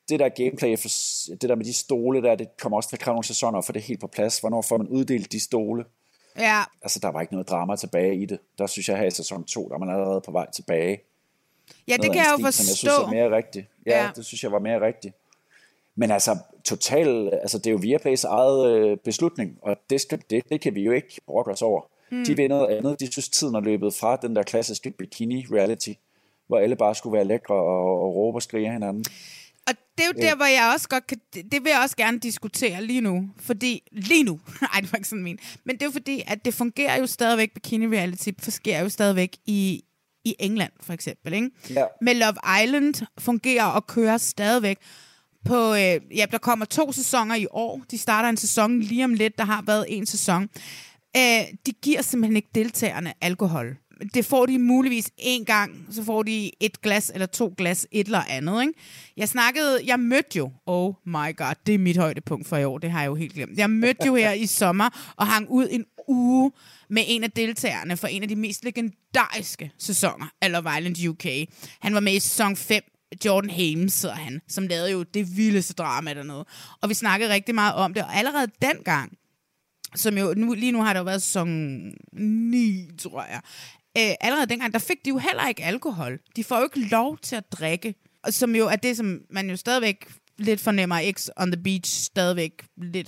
det der gameplay, for, det der med de stole der, det kommer også til at kræve nogle sæsoner for det helt på plads. Hvornår får man uddelt de stole? Ja. Altså, der var ikke noget drama tilbage i det. Der synes jeg her i sæson to, der er man allerede på vej tilbage. Ja, det noget kan jeg jo stil, forstå. Som jeg synes er mere rigtigt. Ja, ja, det synes jeg var mere rigtigt. Men altså, totalt, altså det er jo Viaplays eget øh, beslutning, og det, skal, det, det kan vi jo ikke brokke os over. Hmm. De vil noget andet. De synes, tiden er løbet fra den der klassiske bikini-reality, hvor alle bare skulle være lækre og, og råbe og skrige af hinanden. Og det er jo der, hvor jeg også godt kan... Det vil jeg også gerne diskutere lige nu. Fordi... Lige nu. Ej, det var ikke sådan min. Men det er jo fordi, at det fungerer jo stadigvæk... Bikini-reality fungerer jo stadigvæk i, i England, for eksempel. Ikke? Ja. Med Love Island fungerer og kører stadigvæk på... Øh, ja, der kommer to sæsoner i år. De starter en sæson lige om lidt. Der har været en sæson. Øh, de giver simpelthen ikke deltagerne alkohol. Det får de muligvis en gang, så får de et glas eller to glas, et eller andet, ikke? Jeg snakkede, jeg mødte jo, oh my god, det er mit højdepunkt for i år, det har jeg jo helt glemt. Jeg mødte jo her i sommer og hang ud en uge med en af deltagerne for en af de mest legendariske sæsoner af Love Island U K. Han var med i sæson fem, Jordan Hames hedder han, som lavede jo det vildeste drama dernede. Og vi snakkede rigtig meget om det, og allerede dengang, som jo nu, lige nu har det jo været sæson ni, tror jeg. Æ, allerede dengang, der fik de jo heller ikke alkohol. De får jo ikke lov til at drikke. Som jo er det, som man jo stadigvæk lidt fornemmer X on the Beach stadigvæk lidt...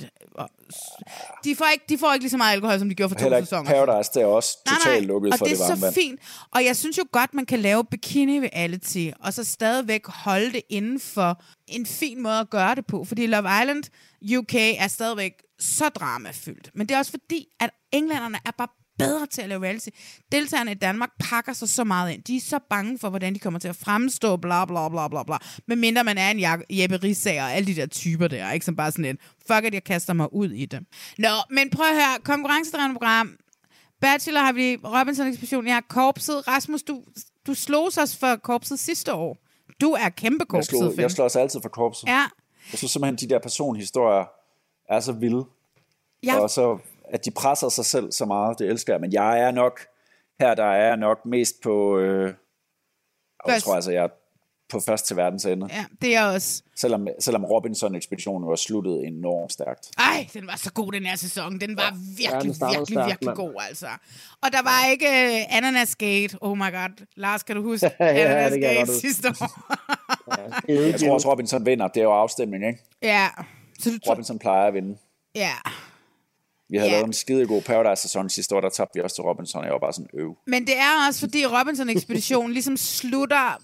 De får ikke, de får ikke lige så meget alkohol, som de gjorde for to sæsoner. Paradise, det er også totalt lukket for det varme vand. Og det er så fint. Og jeg synes jo godt, man kan lave bikini-reality, og så stadigvæk holde det inden for en fin måde at gøre det på. Fordi Love Island U K er stadigvæk så dramafyldt. Men det er også fordi, at englænderne er bare bedre til at lave reality. Deltagerne i Danmark pakker sig så meget ind. De er så bange for, hvordan de kommer til at fremstå, bla bla bla bla bla. Men mindre man er en Jeppe Rissager og alle de der typer der, ikke? Som bare sådan en, fuck at jeg kaster mig ud i det. Nå, men prøv at høre, konkurrencedrevne program. Bachelor har vi, Robinson-ekspedition, jeg har korpset. Rasmus, du, du slog os for korpset sidste år. Du er kæmpe korpset. Jeg slår, jeg slår os altid for korpset. Ja. Jeg synes simpelthen, de der personhistorier er så vilde. Ja. Og så at de presser sig selv så meget, det elsker jeg. Men jeg er nok, her der er jeg nok mest på, øh, jeg tror altså, jeg er på først til verdens ende. Ja, det er også. Selvom, selvom Robinson-ekspeditionen var sluttet enormt stærkt. Ej, den var så god, den her sæson. Den var virkelig, ja, den virkelig, stærkt, virkelig man. god, altså. Og der var ikke uh, Ananas Gate. Oh my god. Lars, kan du huske ja, Ananas Gate godt sidste år? ja, jeg tror også, Robinson vinder. Det er jo afstemning, ikke? Ja. Så du Robinson plejer at vinde. Ja. Vi havde ja. lavet en skidegod Paradise-sæson sidste år, der tabte vi også til Robinson, og jeg var bare sådan øv. Men det er også, fordi Robinson-ekspeditionen ligesom slutter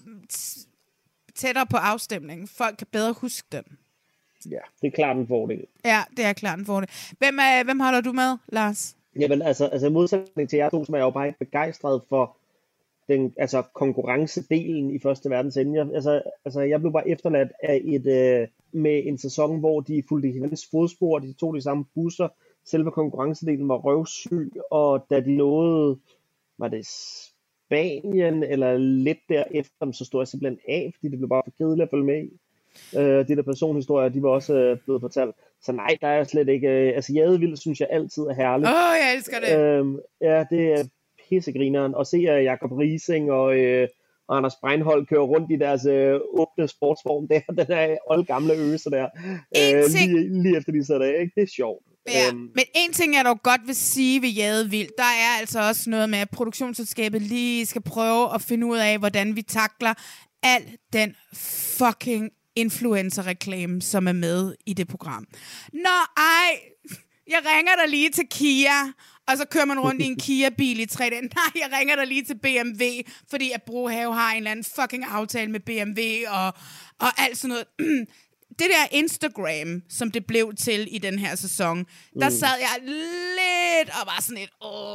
tættere på afstemningen. Folk kan bedre huske den. Ja. Det er klart en fordel. Ja, det er klart en fordel. Hvem, er, hvem holder du med, Lars? Jamen, altså, altså i modsætning til jer to, som er jeg jo bare ikke begejstret for den, altså, konkurrencedelen i første verdens ende. Jeg, altså, altså, jeg blev bare efterladt af et, øh, med en sæson, hvor de fulgte hinandens fodspor, de tog de samme busser, selve konkurrencedelen var røvsyg, og da de nåede, var det Spanien, eller lidt derefter, så stod jeg simpelthen af, fordi det blev bare for kedeligt at følge med i. Øh, de der personhistorier, de var også øh, blevet fortalt. Så nej, der er slet ikke... Øh, altså, Jadevild synes jeg altid er herligt. Åh, oh, jeg elsker det! Øh, ja, det er pissegrineren. Og se uh, Jakob Riising og, øh, og Anders Breinholt køre rundt i deres øh, åbne sportsform der, den der oldgamle øse der. Øh, ting... lige, lige efter de sætter af, ikke? Det er sjovt. Ja, øhm. men en ting, jeg dog godt vil sige ved Jadevild, der er altså også noget med, at produktionsselskabet lige skal prøve at finde ud af, hvordan vi takler al den fucking influencer-reklame, som er med i det program. Nå, ej, jeg ringer dig lige til Kia, og så kører man rundt i en Kia-bil i tre dage. Nej, jeg ringer dig lige til B M W, fordi at Brohave har en eller anden fucking aftale med B M W, og, og alt sådan noget. Det der Instagram, som det blev til i den her sæson, mm. der sad jeg lidt og var sådan et,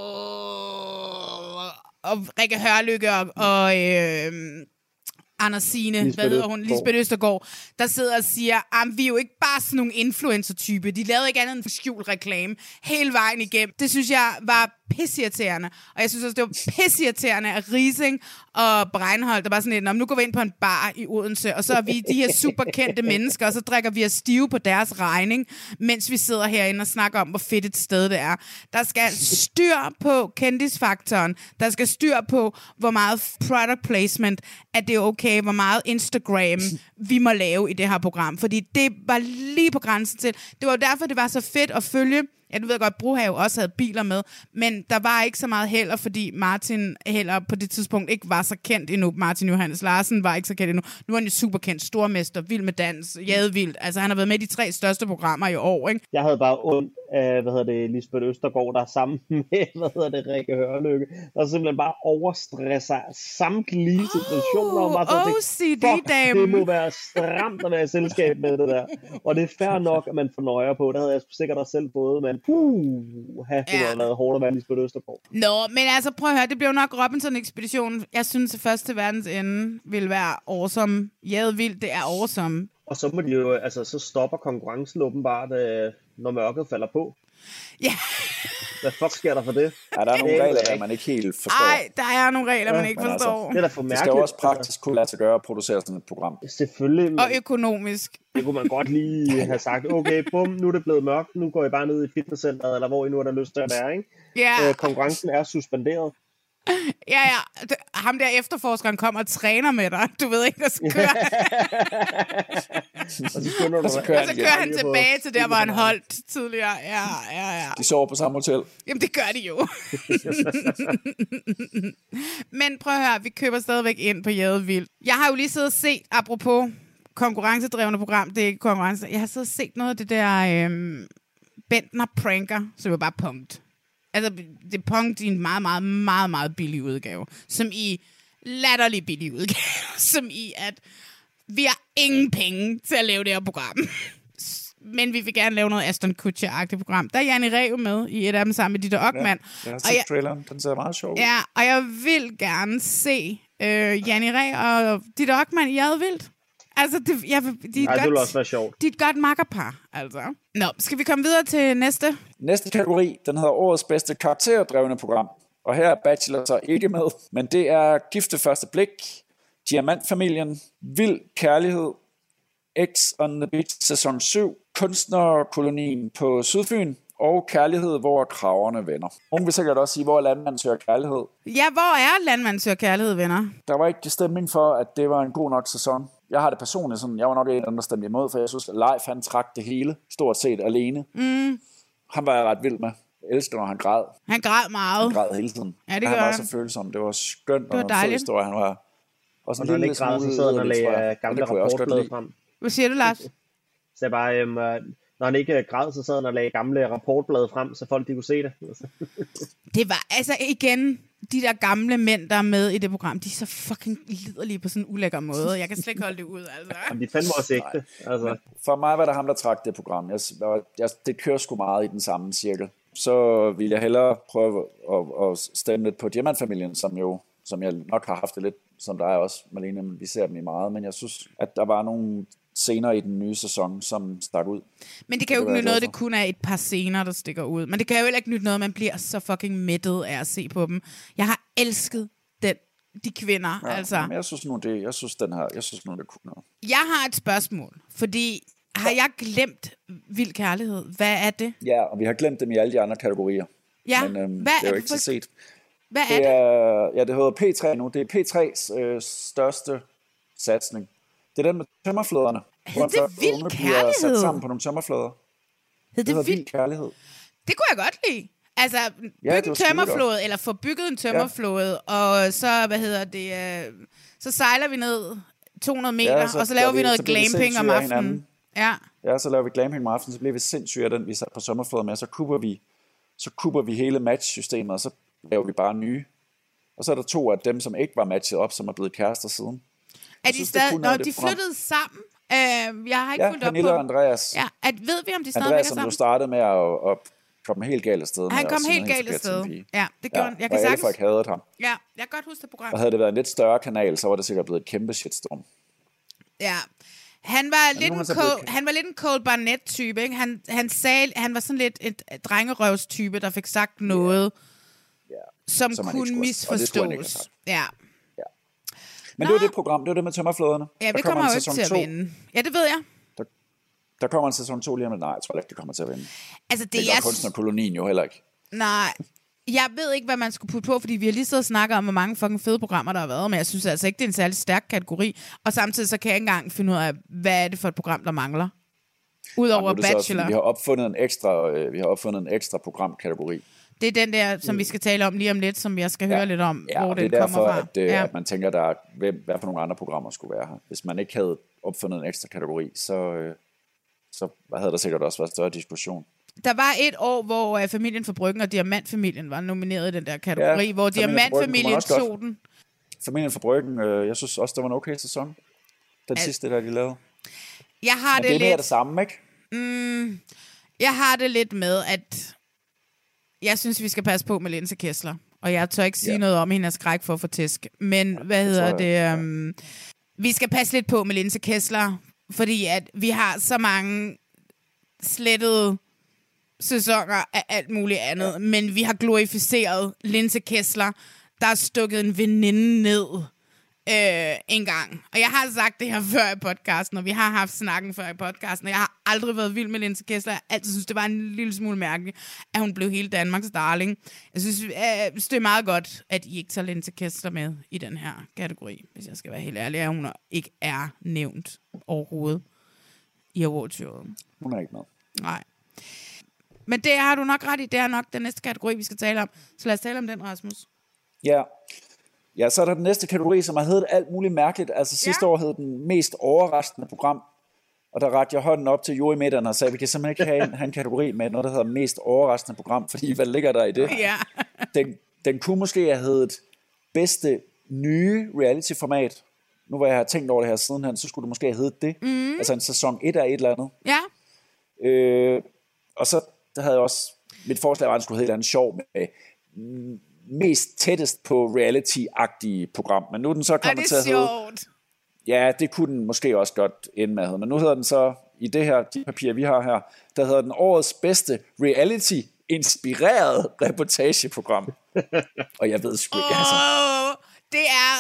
åh, og Rikke Hørlykke og, og øh, Andersine, hvad hedder hun, Lisbeth Østergaard, der sidder og siger, vi er jo ikke bare sådan nogle influencer-type. De lavede ikke andet end skjult reklame hele vejen igennem. Det synes jeg var pisseirriterende. Og jeg synes også, det var pisseirriterende af Riising og Breinholt, der var sådan lidt, nu går vi ind på en bar i Odense, og så er vi de her super kendte mennesker, og så drikker vi os stive på deres regning, mens vi sidder herinde og snakker om, hvor fedt et sted det er. Der skal styr på kendisfaktoren. Der skal styr på, hvor meget product placement, at det er okay okay, hvor meget Instagram vi må lave i det her program. Fordi det var lige på grænsen til. Det var derfor, det var så fedt at følge. Ja, du ved godt, Brohave også havde biler med, men der var ikke så meget heller, fordi Martin heller på det tidspunkt ikke var så kendt endnu. Martin Johannes Larsen var ikke så kendt endnu. Nu er han jo super kendt, stormester, Vild med dans, Jadevildt. Altså, han har været med i de tre største programmer i år, ikke? Jeg havde bare ondt af, hvad hedder det, Lisbeth Østergaard, der er sammen med, hvad hedder det, Rikke Hørlykke, der simpelthen bare overstresser samtlige situationer. Oh, og O C D-damen. Det må være stramt at være i selskab med det der. Og det er fair nok, at man får nøjer på. Der havde jeg sikkert også selv både, men puh, det ja. var været hårdt at være Lisbeth Østergaard. Nå, men altså prøv at høre, det blev nok Robinson-ekspeditionen. Jeg synes, at første verdens ende vil være awesome. Jadevildt, det er awesome. Og så må de jo, altså så stopper konkurrencen åbenbart, øh, når mørket falder på. Ja. Hvad fuck sker der for det? Ja, der er nogle regler, der man ikke helt forstår. Nej, der er nogle regler, man ikke men forstår. Altså, det er da for mærkeligt. Det skal jo også praktisk kunne lade sig gøre at producere sådan et program. Selvfølgelig. Men og økonomisk. Det kunne man godt lige have sagt, okay, bum, nu er det blevet mørkt, nu går I bare ned i fitnesscenteret, eller hvor I nu har lyst til at være, ikke? Ja. Øh, konkurrencen er suspenderet. Ja, ja. Ham der efterforskeren kommer og træner med dig. Du ved ikke, at så kører og så kører, og så kører, og så kører han tilbage til der, hvor han holdt tidligere. Ja, ja, ja. De sover på samme hotel. Jamen, det gør de jo. Men prøv at høre, vi køber stadigvæk ind på Jadevildt. Jeg har jo lige siddet og set, apropos konkurrencedrevne program, det er ikke konkurrence. Jeg har siddet og set noget af det der øhm, Bentner Pranker, som var bare punkt. Altså, det er punkt i en meget, meget, meget, meget billig udgave. Som i latterlig billig udgave. Som i, at vi har ingen penge til at lave det her program. Men vi vil gerne lave noget Aston Kutcher-agtigt program. Der er Janni Rev med i et af dem sammen med Ditte Okman. Ja, jeg har set traileren. Den ser meget sjov ud. Ja, og jeg vil gerne se øh, Janni Rev og Ditte Okman i Jadevildt. Altså, det, jeg, de er Ej, godt, det vil også være sjovt. De er et godt makkerpar, altså. Nå, skal vi komme videre til næste? Næste kategori, den hedder årets bedste karakterdrevne program. Og her er Bachelor så ikke med, men det er Gift ved første blik, Diamantfamilien, Vild Kærlighed, X on the Beach sæson syv, Kunstnerkolonien på Sydfyn, og Kærlighed, hvor kragerne vender. Hun vil sikkert også sige, hvor landmand søger kærlighed. Ja, hvor er landmand søger kærlighed, venner? Der var ikke stemning for, at det var en god nok sæson. Jeg har det personligt sådan, jeg var nok en af dem, der stemte imod, for jeg synes, at Leif, han trak det hele, stort set alene. Mm. Han var jeg ret vild med. Jeg elskede, når han græd. Han græd meget. Han græd hele tiden. Ja, det han gør var han. så følsom. Det var skønt, og det var en fed historie, han var. Og så når han ikke græd, så sad han og lagde gamle rapportblade frem. Hvad siger du, Lars? Så bare, øhm, når han ikke græd, så sad han og lagde gamle rapportblade frem, så folk de kunne se det. Det var altså igen de der gamle mænd, der er med i det program. De er så fucking liderlige på sådan en ulækker måde. Jeg kan slet ikke holde det ud, altså. Jamen, de fandme også ægte. Altså. For mig var det ham, der trak det program. Jeg, jeg, det kører sgu meget i den samme cirkel. Så vil jeg hellere prøve at, at stemme lidt på Diamantfamilien, som jo, som jeg nok har haft det lidt, som der er også, Malene, men vi ser dem i meget. Men jeg synes, at der var nogle scener i den nye sæson, som stak ud. Men det kan jo ikke nytte noget, det kun er et par scener, der stikker ud. Men det kan jo heller ikke nytte noget, man bliver så fucking mættet af at se på dem. Jeg har elsket den, de kvinder, ja, altså. Men jeg synes nu, det, jeg synes, den her, jeg synes nu, det kunne noget. Jeg har et spørgsmål, fordi har jeg glemt Vild Kærlighed? Hvad er det? Ja, og vi har glemt dem i alle de andre kategorier. Ja, men øhm, hvad det er jo ikke for... så set. Hvad er det? det? Er, ja, det hedder P tre nu. Det er P tre's øh, største satsning. Det er den med tømmerflåderne. Hed det Vild Kærlighed? Sat sammen på nogle tømmerflåder. Hed det, det Vild Kærlighed? Det kunne jeg godt lide. Altså, bygge ja, en tømmerflåde, eller få bygget en tømmerflåde, ja. Og så, hvad hedder det, øh, så sejler vi ned to hundrede meter, ja, så, og så laver vi noget så glamping om aftenen. Ja. ja, så laver vi glamping om aftenen, så bliver vi sindssyge af den, vi sat på tømmerflåden med, så kubber vi, så kubber vi hele matchsystemet, og så laver vi bare nye. Og så er der to af dem, som ikke var matchet op, som er blevet kærester siden. Er de stadig, når de flyttede sammen? Øh, jeg har ikke ja, fulgt op på. Ja, og Andreas. Ja, at, ved vi, om de stadig Andreas, er sammen? som du startede med at, at komme helt galt afsted. Han kom helt galt afsted. Ja, det gjorde han. Jeg kan sagtens. Og havde ham. Ja, jeg kan godt huske det program. Og havde det været en lidt større kanal, så var det sikkert blevet et kæmpe shitstorm. Ja. Han var, lidt en, Cole, han var lidt en Cole Barnett-type, ikke? Han, han, sagde, han var sådan lidt et drengerøvstype, der fik sagt noget, ja. Ja. Som, som kunne misforstås. Ja. Men Nå. det var det program, det var det med tømmerflåderne. Ja, det kommer jo ikke til at vinde. Ja, det ved jeg. Der, der kommer en sæson to lige om lidt. Nej, jeg tror ikke, det kommer til at vinde. Altså, det, det gør kunstnerkolonien jo heller ikke. Nej, Jeg ved ikke, hvad man skulle putte på, fordi vi har lige siddet og snakket om, hvor mange fucking fede programmer, der har været, men jeg synes altså ikke, det er en særlig stærk kategori. Og samtidig så kan jeg ikke engang finde ud af, hvad er det for et program, der mangler? Udover ja, Bachelor. Så, vi har opfundet en ekstra, øh, vi har opfundet en ekstra programkategori. Det er den der, som vi skal tale om lige om lidt, som jeg skal høre ja. lidt om, ja, hvor den kommer fra. Ja, det er derfor, at, øh, at man tænker, der, hvem, hvad for nogle andre programmer skulle være her. Hvis man ikke havde opfundet en ekstra kategori, så, øh, så havde der sikkert også været større diskussion. Der var et år, hvor uh, Familien fra Bryggen og Diamantfamilien var nomineret i den der kategori, ja, hvor Diamantfamilien tog den. Familien fra Bryggen, øh, jeg synes også, det var en okay sæson. Den Al- sidste, der de lavede. Jeg har Men det, det er lidt... mere det samme, ikke? Mm, jeg har det lidt med, at jeg synes, vi skal passe på med Linse Kessler. Og jeg tør ikke sige ja. noget om hende, skræk for at få tæsk. Men ja, hvad hedder det? Um, ja. Vi skal passe lidt på med Linse Kessler, fordi at vi har så mange slettede sæsoner af alt muligt andet. Ja. Men vi har glorificeret Linse Kessler, der har stukket en veninde ned øh, en gang. Og jeg har sagt det her før i podcasten, og vi har haft snakken før i podcasten, og jeg har aldrig været vild med Linse Kessler. Jeg altid synes, det var en lille smule mærkeligt, at hun blev hele Danmarks darling. Jeg synes, øh, det er meget godt, at I ikke tager Linse Kessler med i den her kategori, hvis jeg skal være helt ærlig, at hun ikke er nævnt overhovedet i awardshowet. Hun er ikke med. Nej. Men det har du nok ret i. Det er nok den næste kategori, vi skal tale om. Så lad os tale om den, Rasmus. Ja. Ja, så er der den næste kategori, som har heddet alt muligt mærkeligt. Altså sidste ja. år hed den mest overraskende program. Og der rakte jeg hånden op til jurymiddagen og sagde, vi kan simpelthen ikke have en, have en kategori med noget, der hedder mest overraskende program. Fordi hvad ligger der i det? Ja. den, den kunne måske have heddet bedste nye reality-format. Nu hvor jeg har tænkt over det her sidenhen, så skulle det måske have heddet det. Mm. Altså en sæson et af et eller andet. Ja. Øh, og så der havde jeg også, mit forslag var, at det skulle hedde et eller andet sjov med mm, mest tættest på reality-agtige program. Men nu er den så kommet til at hedde... sjovt. Ja, det kunne den måske også godt ende med. Men nu hedder den så, i det her, de papirer, vi har her, der hedder den årets bedste reality-inspireret reportageprogram. Og jeg ved sgu ikke, oh, altså... det er...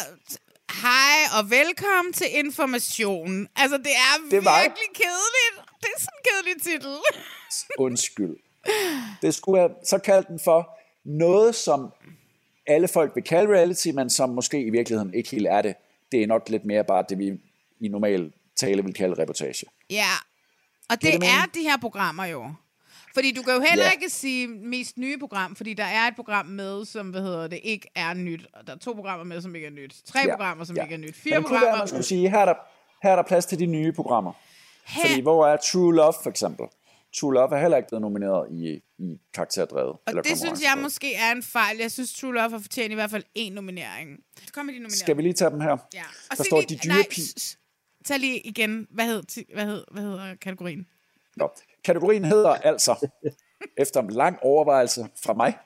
Hej og velkommen til Information. Altså, det er det virkelig kedeligt. Det er sådan en kedelig titel. Undskyld. Det skulle jeg så kalde den for noget, som alle folk vil kalde reality, men som måske i virkeligheden ikke helt er det. Det er nok lidt mere bare det, vi i normal tale vil kalde reportage. Ja, og det, det, det er de her programmer jo. Fordi du kan jo heller ja. ikke sige mest nye program, fordi der er et program med, som hvad hedder det, ikke er nyt. Og der er to programmer med, som ikke er nyt. Tre ja. programmer, som ja. ikke er nyt. Fire men programmer. Være, man skulle sige, her er, der, her er der plads til de nye programmer. Her. Fordi hvor er True Love for eksempel? True Love er heller ikke blevet nomineret i, i karakterdrevet. Og det synes jeg måske er en fejl. Jeg synes, True Love har fortjent i hvert fald én nominering. Kom med de nomineringer. Skal vi lige tage dem her? Ja. Og der står lige, de dyre piger. Tag lige igen. Hvad hedder, hvad hedder, hvad hedder kategorien? Nå. Kategorien hedder altså, efter en lang overvejelse fra mig,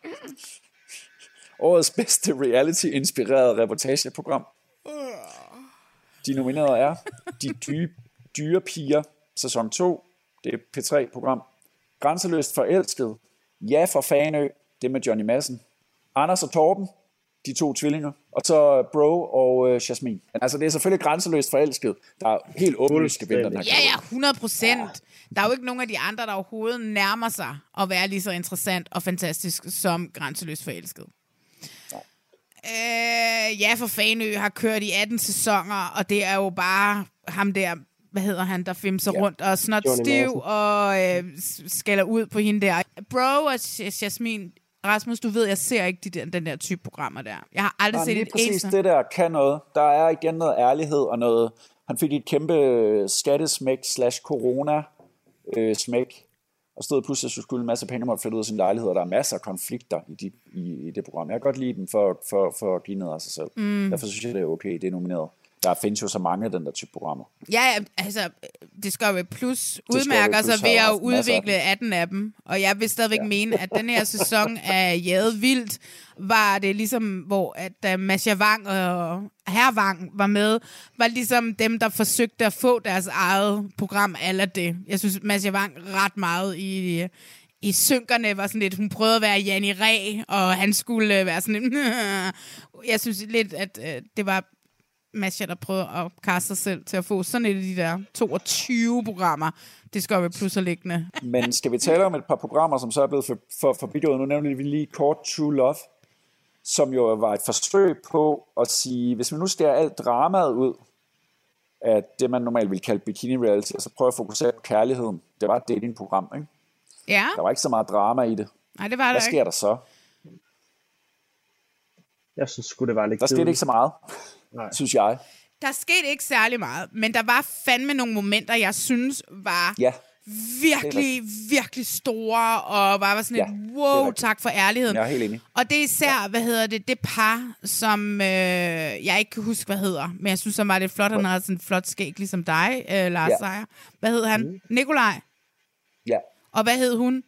årets bedste reality-inspireret reportageprogram. De nominerede er De dyre, dyre piger, sæson to. Det er P tre-program. Grænseløst forelsket. Ja for Fanø. Det med Johnny Madsen. Anders og Torben. De to tvillinger. Og så Bro og øh, Jasmin. Altså det er selvfølgelig grænseløst forelsket. Der er helt åbenlyst skal vinde den her. Ja, ja, hundrede procent. Ja. Der er jo ikke nogen af de andre, der overhovedet nærmer sig at være lige så interessant og fantastisk som grænseløst forelsket. Ja. Øh, ja, for Fanø har kørt i atten sæsoner, og det er jo bare ham der, hvad hedder han, der fimser ja. rundt og snot stiv og øh, skælder ud på hende der. Bro og Jasmin, Rasmus, du ved, jeg ser ikke de der, den der type programmer der. Jeg har aldrig set et præcis det der kan noget. Der er igen noget ærlighed og noget. Han fik et kæmpe skattesmæk slash corona øh, smæk og stod pludselig, så skulle en masse penge måtte flytte ud af sin lejlighed, og der er masser af konflikter i, de, i, i det program. Jeg kan godt lide dem for, for, for at give noget af sig selv. Mm. Derfor synes jeg, det er okay, det er nomineret. Der findes jo så mange af den der type programmer. Ja, altså, Discovery Plus udmærker sig ved at udvikle atten af dem. Og jeg vil stadigvæk ja. mene, at den her sæson af Jade Vildt, var det ligesom, hvor at uh, Masha Wang og Herr Wang var med, var ligesom dem, der forsøgte at få deres eget program eller det. Jeg synes, Masha Wang ret meget i... i synkerne var sådan lidt, hun prøvede at være Janni Ræ, og han skulle være sådan lidt... Jeg synes lidt, at uh, det var... Masha, der prøver at kaste sig selv til at få sådan et af de der toogtyve programmer. Det skal jo pludselig liggende. Men skal vi tale om et par programmer, som så er blevet for, for, forbigået? Nu nævner vi lige kort True Love, som jo var et forsøg på at sige, hvis vi nu skærer alt dramaet ud af det, man normalt vil kalde bikini reality, og så prøver at fokusere på kærligheden. Det var et datingprogram, ikke? Ja. Der var ikke så meget drama i det. Nej, det var der Hvad sker ikke. der så? Jeg synes sgu, det var lidt Der skete ikke så meget, Nej. synes jeg. Der skete ikke særlig meget, men der var fandme nogle momenter, jeg synes var Ja. virkelig, virkelig store, og var sådan Ja, et, det er wow, rigtigt. tak for ærligheden. Jeg er helt enig. Og det er især, ja. hvad hedder det, det par, som øh, jeg ikke kan huske, hvad hedder, men jeg synes, som var det flot, han havde sådan en flot skæg, ligesom dig, øh, Lars Ja. Seier. Hvad hed han? Mm. Nikolaj. Ja. Og hvad hed hun?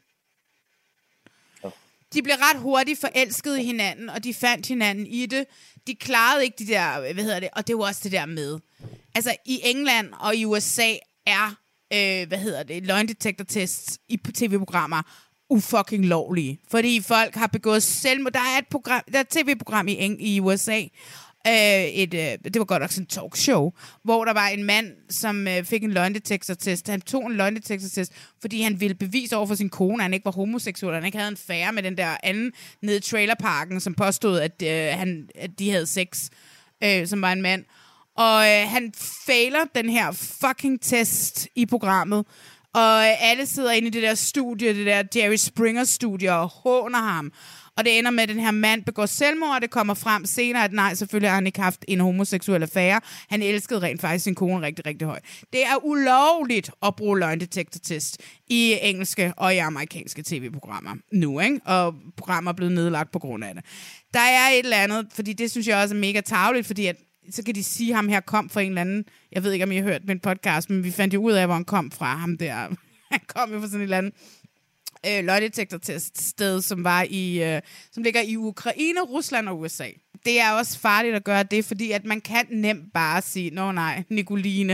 Oh. De blev ret hurtigt forelsket i hinanden, og de fandt hinanden i det. De klarede ikke de der, hvad hedder det, og det var også det der med. Altså, i England og i U S A er, øh, hvad hedder det, løgndetektortests i tv-programmer ufucking lovlige. Fordi folk har begået selvmord. Der er et, program, der er et tv-program i, Eng- i U S A, øh, et, øh, det var godt nok sådan en talkshow, hvor der var en mand, som øh, fik en løgndetektortest. Han tog en løgndetektortest, fordi han ville bevise over for sin kone, at han ikke var homoseksuel, han ikke havde en affære med den der anden nede i trailerparken, som påstod, at, øh, han, at de havde sex, øh, som var en mand. Og øh, han fejler den her fucking test i programmet. Og øh, alle sidder inde i det der studie, det der Jerry Springer-studie, og håner ham. Og det ender med, at den her mand begår selvmord, og det kommer frem senere, at nej, selvfølgelig har han ikke haft en homoseksuel affære. Han elskede rent faktisk sin kone rigtig, rigtig højt. Det er ulovligt at bruge løgndetektortest i engelske og i amerikanske tv-programmer nu, ikke? Og programmer er blevet nedlagt på grund af det. Der er et eller andet, fordi det synes jeg også er mega tarveligt, fordi at så kan de sige, at ham her kom fra en eller anden, jeg ved ikke, om I har hørt min podcast, men vi fandt jo ud af, hvor han kom fra, ham der. Han kom jo fra sådan et eller andet øh, løgdetektortest sted, som var i, øh, som ligger i Ukraine, Rusland og U S A. Det er også farligt at gøre det, fordi at man kan nemt bare sige, nå nej, Nicoline,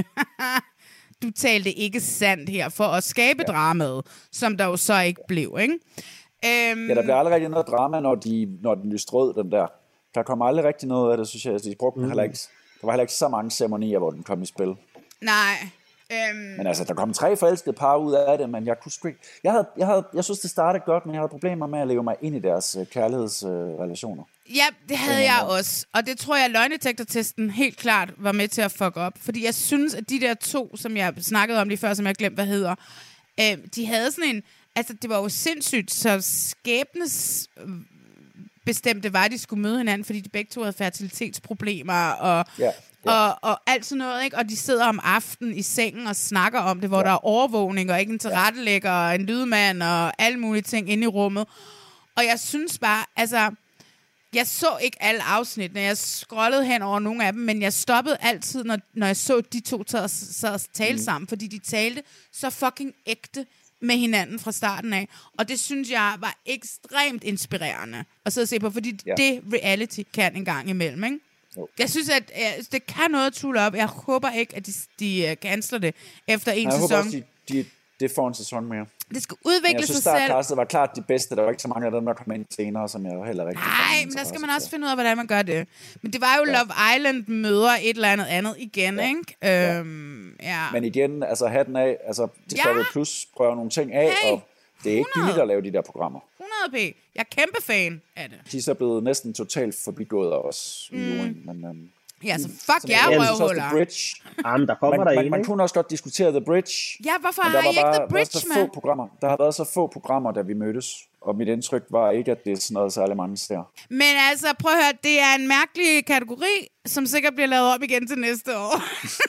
du talte ikke sandt her, for at skabe ja. dramaet, som der jo så ikke blev, ikke? Øhm, Ja, der bliver aldrig rigtig noget drama, når, de, når den lyste rød, den der. Der kommer aldrig rigtig noget af det, synes jeg. Altså, de brugte mm. heller ikke, der var heller ikke så mange ceremonier, hvor den kom i spil. Nej. Øhm, Men altså, der kom tre forelskede par ud af det, men jeg kunne sgu ikke... Jeg, havde, jeg, havde, jeg synes, det startede godt, men jeg havde problemer med at leve mig ind i deres uh, kærlighedsrelationer. Uh, ja, det havde jeg også. Og det tror jeg, løgnedetektortesten helt klart var med til at fuck op. Fordi jeg synes, at de der to, som jeg snakkede om lige før, som jeg glemte, hvad hedder, øh, de havde sådan en... Altså, det var jo sindssygt, så skæbnes... bestemte var, at de skulle møde hinanden, fordi de begge to havde fertilitetsproblemer og, ja, ja. og, og alt sådan noget, ikke? Og de sidder om aftenen i sengen og snakker om det, hvor ja. der er overvågning og ikke en tilrettelægger og en lydmand og alle mulige ting inde i rummet. Og jeg synes bare, altså, jeg så ikke alle afsnittene, jeg scrollede hen over nogle af dem, men jeg stoppede altid, når, når jeg så de to sad og, sad og talte mm. sammen, fordi de talte så fucking ægte med hinanden fra starten af. Og det synes jeg var ekstremt inspirerende at sidde og se på, fordi ja. det reality kan en gang imellem, ikke? Jo. Jeg synes, at uh, det kan noget at tulle op. Jeg håber ikke, at de, de uh, canceler det efter en jeg sæson. Jeg håber også, de, de, det får en sæson mere. Det skal udvikle jeg synes, sig selv. Jeg synes, var klart de bedste. Der var ikke så mange af dem, der kom ind senere, som jeg heller ikke... Nej, men der skal man også finde ud af, hvordan man gør det. Men det var jo ja. Love Island møder et eller andet andet igen, ja. ikke? Ja. Øhm, ja. Men igen, altså hatten af, altså Discovery ja. Plus prøver nogle ting af, hey, og det er ikke billigt at lave de der programmer. hundrede p. Jeg er kæmpe fan af det. De er så blevet næsten totalt forbigået af os mm. i jorden, men... Um, ja, så fuck jer, ja, røvhuller. Jamen, der kommer man, der man, en, man kunne også godt diskutere The Bridge. Ja, hvorfor har I ikke bare, The Bridge, man? Programmer. Der har været så få programmer, da vi mødtes. Og mit indtryk var ikke, at det er sådan noget særlig mange ser. Men altså, prøv at høre, det er en mærkelig kategori, som sikkert bliver lavet op igen til næste år.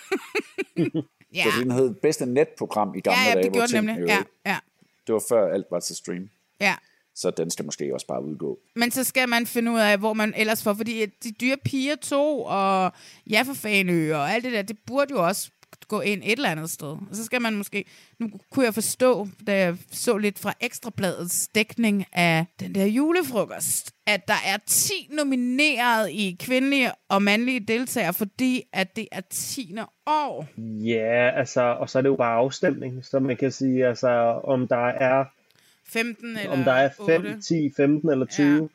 ja. Så den hed bedste netprogram i gamle ja, ja, dage. Det gjorde nemlig. Ja, ja. Det var før alt var til stream. Ja. Så den skal måske også bare udgå. Men så skal man finde ud af, hvor man ellers får, fordi de dyre piger to, og ja for Fanø, og alt det der, det burde jo også gå ind et eller andet sted. Og så skal man måske, nu kunne jeg forstå, da jeg så lidt fra Ekstrabladets dækning af den der julefrokost, at der er ti nomineret i kvindelige og mandlige deltagere, fordi at det er tiende år. Ja, altså, og så er det jo bare afstemning, så man kan sige, altså, om der er femten eller om der er fem, ti, femten eller tyve, ja.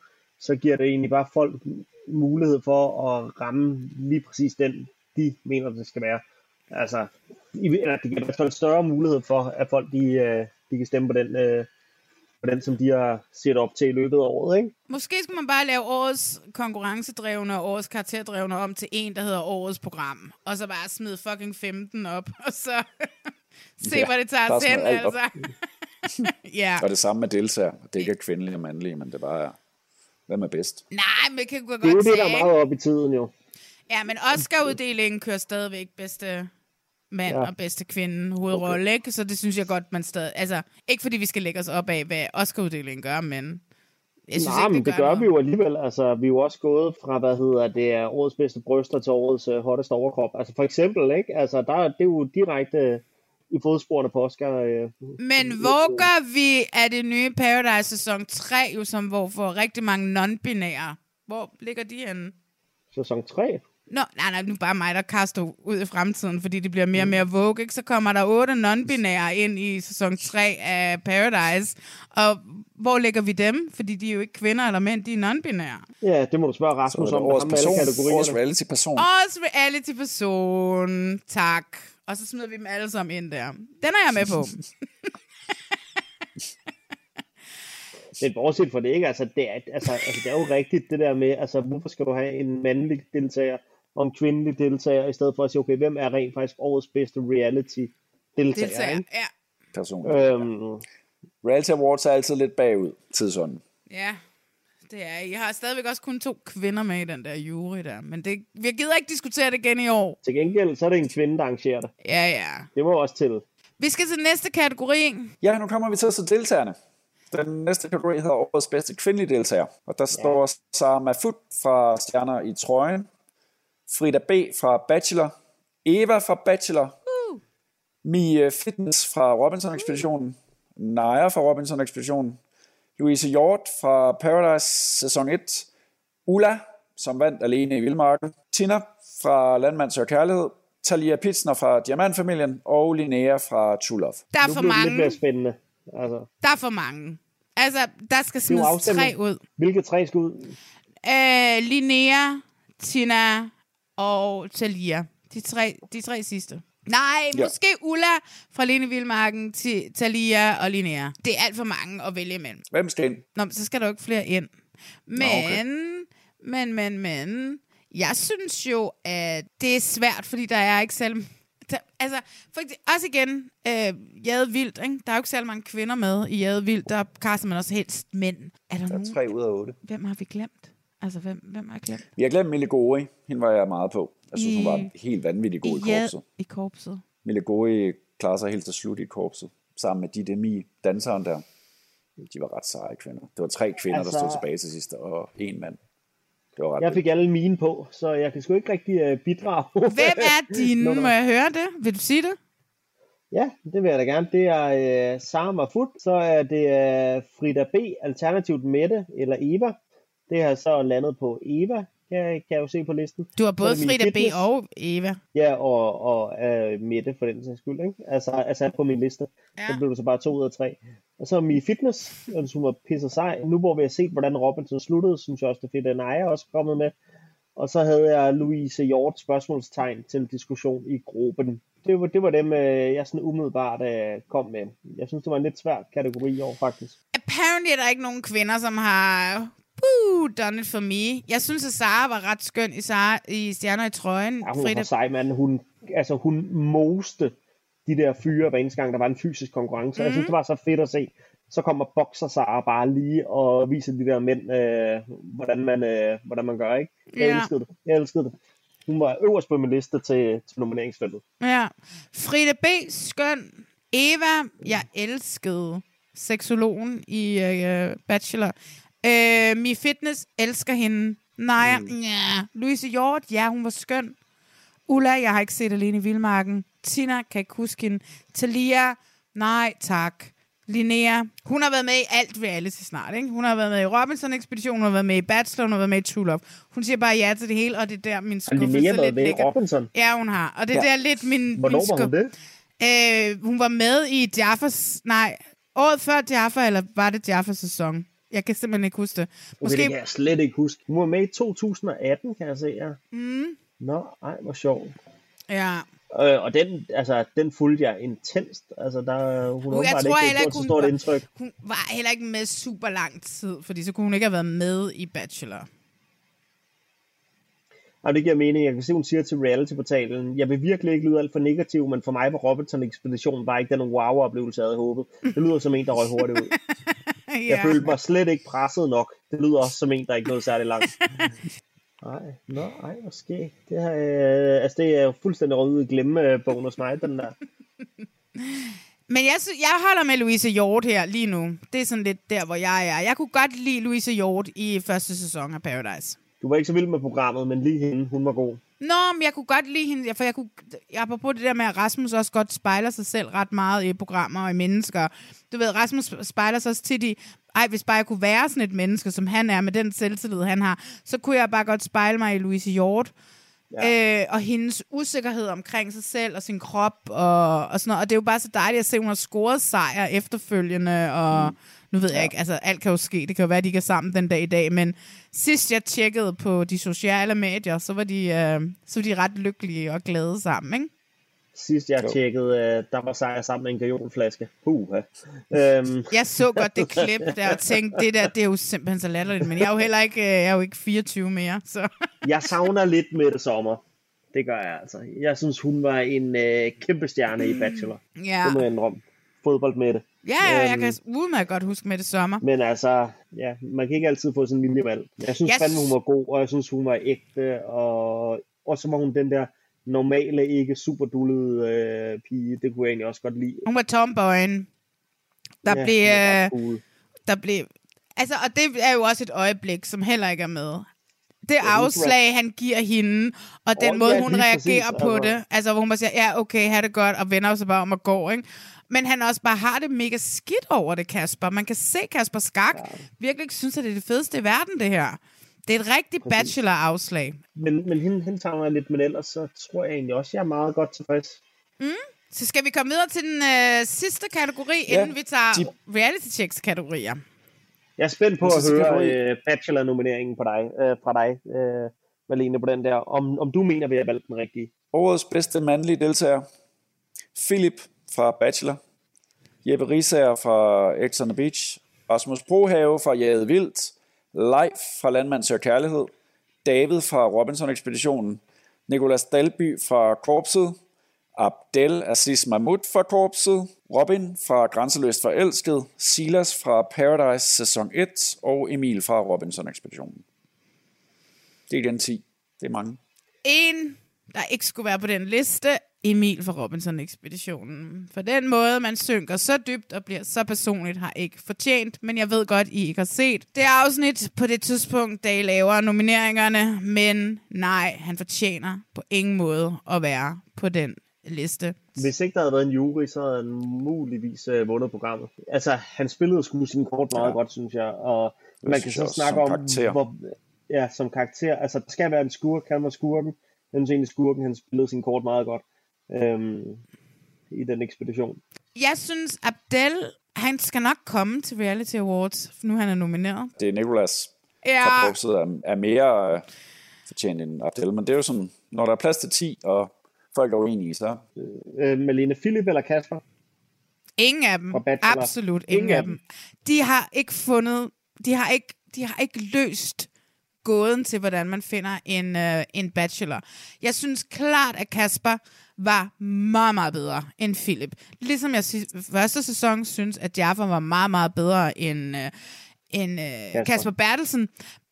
så giver det egentlig bare folk mulighed for at ramme lige præcis den, de mener, det skal være. Altså, eller det giver i hvert fald større mulighed for, at folk de, de kan stemme på den, på den, som de har set op til i løbet af året, ikke? Måske skulle man bare lave årets konkurrencedrevne og årets karakterdrevne om til en, der hedder årets program. Og så bare smide fucking femten op, og så se, ja, hvor det tager os hen, altså. Ja. Og det samme med deltager. Det ikke er kvindelige og mandlige, men det bare er, hvem er bedst? Nej, men det kan godt det er jo tage. Det der er meget op i tiden, jo. Ja, men Oscar-uddelingen kører stadigvæk bedste mand ja. og bedste kvinde hovedrolle, okay. Ikke? Så det synes jeg godt, man stadig... Altså, ikke fordi vi skal lægge os op af, hvad Oscar-uddelingen gør, men... Jeg synes Nej, ikke, men det gør, det gør vi jo alligevel. Altså, vi er jo også gået fra, hvad hedder det, er årets bedste bryster til årets uh, hotteste overkrop. Altså, for eksempel, ikke? Altså, der, det er jo direkte... i fodsporene på Oscar. Øh, Men våger vi af det nye Paradise sæson tre, jo som hvor for rigtig mange non-binære? Hvor ligger de henne? Sæson tre? Nå, nej, nej, nu bare mig, der kaster ud i fremtiden, fordi det bliver mere og mere vogue, ikke? Så kommer der otte non-binære ind i sæson tre af Paradise, og hvor lægger vi dem? Fordi de er jo ikke kvinder eller mænd, de er non-binære. Ja, det må du spørge Rasmus om. Årets person, årets reality-person. Årets reality-person, tak. Og så smider vi dem alle sammen ind der. Den er jeg med på. Men bortset for det, ikke? Altså, det er, altså, altså, det er jo rigtigt, det der med, altså, hvorfor skal du have en mandlig deltager og en kvindelig deltager, i stedet for at sige, okay, hvem er rent faktisk årets bedste reality-deltager, deltager, ikke? Ja. Person. Øhm, Reality Awards er altid lidt bagud, tidsånden. Ja, det er. Jeg har stadigvæk også kun to kvinder med i den der jury der, men det, vi gider ikke diskutere det igen i år. Til gengæld, så er det en kvinde, der arrangerer det. Ja, ja. Det må også til. Vi skal til næste kategori. Ja, nu kommer vi til at se deltagerne. Den næste kategori hedder årets bedste kvindelige deltager. Og der står ja. Sara Mafut fra Stjerner i trøjen, Frida B. fra Bachelor, Eva fra Bachelor, uh. Mie Fitness fra Robinson-ekspeditionen, Naja fra Robinson-ekspeditionen, Louise Hjort fra Paradise sæson et, Ulla, som vandt alene i Vildmarken, Tina fra Landmand Søger Kærlighed, Talia Pitsner fra Diamantfamilien og Linnea fra True Love. Der er for mange. Det bliver spændende. Altså. Der er for mange. Altså, der skal smides tre ud. Hvilke tre skal ud? Øh, Linnea, Tina og Talia. De tre, de tre sidste. Nej, ja. Måske Ulla fra Lene Vildmarken til Talia og Linnea. Det er alt for mange at vælge imellem. Hvem skal ind? Nå, så skal der jo ikke flere ind. Men, Nå, okay. men, men, men, jeg synes jo, at det er svært, fordi der er ikke selv... Der, altså, for også igen, øh, Jade Vildt, ikke? Der er jo ikke særlig mange kvinder med i Jade Vildt. Der kaster man også helst mænd. Er der, der er nogen? tre ud af otte. Hvem har vi glemt? Altså, hvem, hvem har glemt? Vi har glemt Mille Gori. Hende var jeg meget på. Jeg synes, I, hun var helt vanvittig god i, i korpset. I korpset. Mille Gori klarer sig helt til slut i korpset. Sammen med de demi danseren der. De var ret seje kvinder. Det var tre kvinder, altså, der stod tilbage til sidst, og en mand. Det var ret jeg fik alle mine på, så jeg kan sgu ikke rigtig uh, bidrage. Hvem er dine? Må jeg høre det? Vil du sige det? Ja, det vil jeg da gerne. Det er uh, Sara Mafut, så er det uh, Frida B, alternativt Mette eller Eva. Det har så landet på Eva, kan jeg, kan jeg jo se på listen. Du har både Frida B og Eva. Ja, og, og uh, Mette for den sags skyld, ikke? Altså, altså på min liste. Ja. Så blev det så bare to ud af tre. Og så Mie Fitness, som var pisse sej. Nu hvor vi har set, hvordan Robinson sluttede, synes jeg også, det er fedt, at Naja også kommet med. Og så havde jeg Louise Hjort spørgsmålstegn til diskussion i gruppen. Det var, det var dem, jeg sådan umiddelbart kom med. Jeg synes, det var en lidt svær kategori i år, faktisk. Apparently er der ikke nogen kvinder, som har uh, done it for me. Jeg synes, at Sara var ret skøn i, Sara, i Stjerner i trøjen. Ja, hun var sej, mand. Hun, altså, hun moste de der fyre hver eneste gang, der var en fysisk konkurrence. Mm. Jeg synes, det var så fedt at se. Så kommer Boxer Sara bare lige og viser de der mænd, øh, hvordan, man, øh, hvordan man gør, ikke? Jeg ja. elskede det. Jeg elskede det. Hun var øverst på min liste til, til nomineringsfeltet. Ja. Frida B, skøn. Eva, jeg elskede seksologen i øh, Bachelor. Øh, Mi Fitness, elsker hende. Naja, mm. ja. Louise Hjort, ja, hun var skøn. Ulla, jeg har ikke set alene i Vildmarken. Tina, kan ikke huske hende. Talia, nej, tak. Linnea, hun har været med i alt reality snart, ikke? Hun har været med i Robinson-ekspeditionen, hun har været med i Bachelor, hun har været med i True Love. Hun siger bare ja til det hele, og det er der, min skuffelse lidt ligger. Linnea med i Robinson? Ja, hun har. Og det er ja. der lidt min... Hvornår min var hun det? Øh, hun var med i Jaffas... Nej, året før Jaffa, eller var det Jaffas sæson? Jeg kan simpelthen ikke huske det. Måske... Okay, det kan jeg slet ikke huske. Hun var med i to tusind og atten, kan jeg se, ja. Mm. Nå, ej, hvor sjovt. Ja. Øh, og den, altså, den fulgte jeg intenst. Altså, der, hun uh, jeg tror ikke heller ikke, hun, stort indtryk. Hun var heller ikke med super lang tid, fordi så kunne hun ikke have været med i Bachelor. Og det giver mening. Jeg kan se, hun siger til reality-portalen, jeg vil virkelig ikke lyde alt for negativ, men for mig var Robinson-ekspeditionen bare ikke den wow-oplevelse, jeg havde håbet. Det lyder som en, der røg hurtigt ud. ja. Jeg følte mig slet ikke presset nok. Det lyder også som en, der ikke nåede særlig langt. Nej, nå, ej, hvor skægt. Det, her, øh, altså, det er jo fuldstændig rød ud i glemmebogen hos mig, den der. Men jeg, jeg holder med Louise Hjort her lige nu. Det er sådan lidt der, hvor jeg er. Jeg kunne godt lide Louise Hjort i første sæson af Paradise. Du var ikke så vild med programmet, men lige hende, hun var god. Nå, men jeg kunne godt lide hende, for jeg kunne, jeg var på det der med, at Rasmus også godt spejler sig selv ret meget i programmer og i mennesker. Du ved, Rasmus spejler sig også tit i, ej, hvis bare jeg kunne være sådan et menneske, som han er, med den selvtillid, han har, så kunne jeg bare godt spejle mig i Louise Hjort. Ja. Øh, og hendes usikkerhed omkring sig selv og sin krop og, og sådan noget. Og det er jo bare så dejligt at se, at hun har scoret sejr efterfølgende, og mm. nu ved jeg ja. ikke, altså alt kan jo ske. Det kan jo være, at de ikke er sammen den dag i dag, men sidst jeg tjekkede på de sociale medier, så var de, øh, så var de ret lykkelige og glade sammen, ikke? Sidst jeg tjekkede, øh, der var sejr sammen med en gajolflaske. Puh, øhm. Jeg så godt det klip der og tænkte, det der, det er jo simpelthen så latterligt, men jeg er jo heller ikke, jeg er jo ikke fireogtyve mere, så. Jeg savner lidt Mette Sommer. Det gør jeg altså. Jeg synes, hun var en øh, kæmpe stjerne i Bachelor. Ja. Det må jeg indrømme. Fodbold med det. Ja, ja, jeg kan udmærket godt huske Mette Sommer. Men altså, ja, man kan ikke altid få sådan en lille valg. Jeg synes fandme, hun var god, og jeg synes, hun var ægte, og, og så var hun den der normale, ikke super dullede øh, pige. Det kunne jeg egentlig også godt lide. Hun var tomboyen. Der ja, blev... Cool. Der blev... Altså, og det er jo også et øjeblik, som heller ikke er med. Det afslag, han giver hende, og den oh, måde, ja, hun reagerer præcis, på altså. det. Altså, hvor hun bare siger, ja, okay, ha' det godt, og vender sig bare om at gå, ikke? Men han også bare har det mega skidt over det, Kasper. Man kan se, Kasper Skak ja. virkelig ikke synes, at det er det fedeste i verden, det her. Det er et rigtigt bachelor-afslag. Men, men hende, hende tager mig lidt, men ellers så tror jeg egentlig også, jeg er meget godt tilfreds. Mm. Så skal vi komme videre til den øh, sidste kategori, ja, inden vi tager de... reality-checks-kategorier. Jeg er spændt på at høre øh, bachelor-nomineringen på dig, øh, fra dig, øh, Malene, på den der. Om, om du mener, vi har valgt den rigtige. Årets bedste mandlige deltager. Philip fra Bachelor. Jeppe Risager fra Ex on the Beach. Rasmus Brohave fra Jaget Vildt. Leif fra Landmand Søger Kærlighed. David fra Robinson-ekspeditionen. Nicolas Dalby fra Korpset. Abdel Aziz Mahmoud fra Korpset. Robin fra Grænseløst Forelsket. Silas fra Paradise sæson et. Og Emil fra Robinson-ekspeditionen. Det er igen ti. Det er mange. En, der ikke skulle være på den liste. Emil fra Robinson-ekspeditionen. For den måde, man synker så dybt og bliver så personligt, har ikke fortjent. Men jeg ved godt, I ikke har set det afsnit på det tidspunkt, da I laver nomineringerne. Men nej, han fortjener på ingen måde at være på den liste. Hvis ikke der havde været en jury, så havde han muligvis uh, vundet programmet. Altså, han spillede sgu sin kort meget ja. godt, synes jeg. Og det man kan så snakke om, karakter. hvor... Ja, som karakter. Altså, der skal være en skurk, han var skurken. Jeg synes egentlig, skurken, han spillede sin kort meget godt. Øhm, i den ekspedition. Jeg synes, Abdel, han skal nok komme til Reality Awards, for nu han er nomineret. Det er Nicolas ja. fra Korpset er, er mere øh, fortjent end Abdel, men det er jo sådan, når der er plads til ti, og folk er uenige, så... Øh, Malene, Philip eller Kasper? Ingen af dem. Absolut ingen, ingen af dem. dem. De har ikke fundet, de har ikke, de har ikke løst gåden til, hvordan man finder en, øh, en bachelor. Jeg synes klart, at Kasper var meget, meget bedre end Philip. Ligesom jeg i første sæson synes, at Jaffa var meget, meget bedre end, øh, end øh, Kasper. Kasper Bertelsen.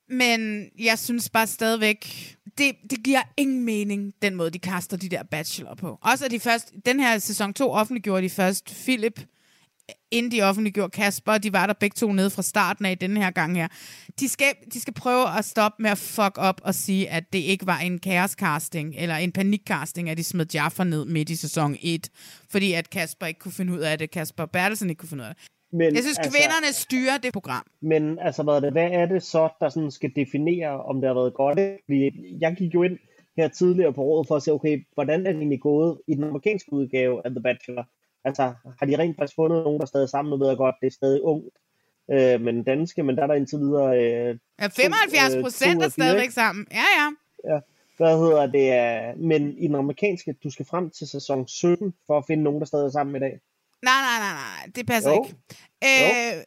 Men jeg synes bare stadigvæk, det, det giver ingen mening, den måde, de kaster de der bachelor på. Også at de først, den her sæson to offentliggjorde de først Philip, inden de offentliggjorde Kasper, de var der begge to nede fra starten af den her gang her. De skal, de skal prøve at stoppe med at fuck op og sige, at det ikke var en kaoscasting, eller en panikcasting, at de smed Jaffa ned midt i sæson et, fordi at Kasper ikke kunne finde ud af det, Kasper Bertelsen ikke kunne finde ud af det. Men, jeg synes, altså, kvinderne styrer det program. Men altså, hvad er det, hvad er det så, der sådan skal definere, om det har været godt? Jeg gik jo ind her tidligere på året for at se, okay, hvordan er det egentlig gået i den amerikanske udgave af The Bachelor? Altså, har de rent faktisk fundet nogen, der er stadig sammen, og ved jeg godt, det er stadig ungt. Øh, men den danske, men der er der indtil videre... Øh, ja, femoghalvfjerds procent er stadigvæk sammen. Ja, ja. Ja, hvad hedder det? Uh, men i den amerikanske, du skal frem til sæson sytten, for at finde nogen, der stadig er sammen i dag. Nej, nej, nej, nej. Det passer jo. ikke. Øh,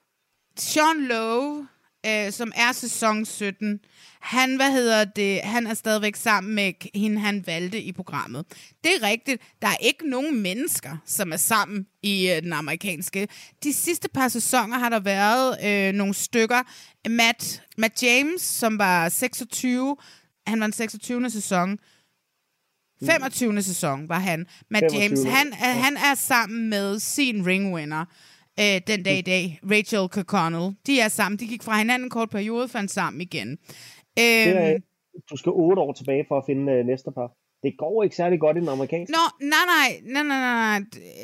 Sean Lowe, øh, som er sæson sytten, han, hvad hedder det, han er stadigvæk sammen med hende, han valgte i programmet. Det er rigtigt. Der er ikke nogen mennesker, som er sammen i øh, den amerikanske. De sidste par sæsoner har der været øh, nogle stykker. Matt, Matt James, som var seksogtyve, han var den seksogtyvende sæson. femogtyvende sæson var han. Matt James, han, ja. han er sammen med sin ringwinner. Øh, den dag i dag, Rachel Kirkconnell. De er sammen. De gik fra hinanden en kort periode, fandt sammen igen. Øh, er, du skal otte år tilbage for at finde øh, næste par. Det går ikke særlig godt i den amerikanske. Nå, nej, nej, nej, nej, nej.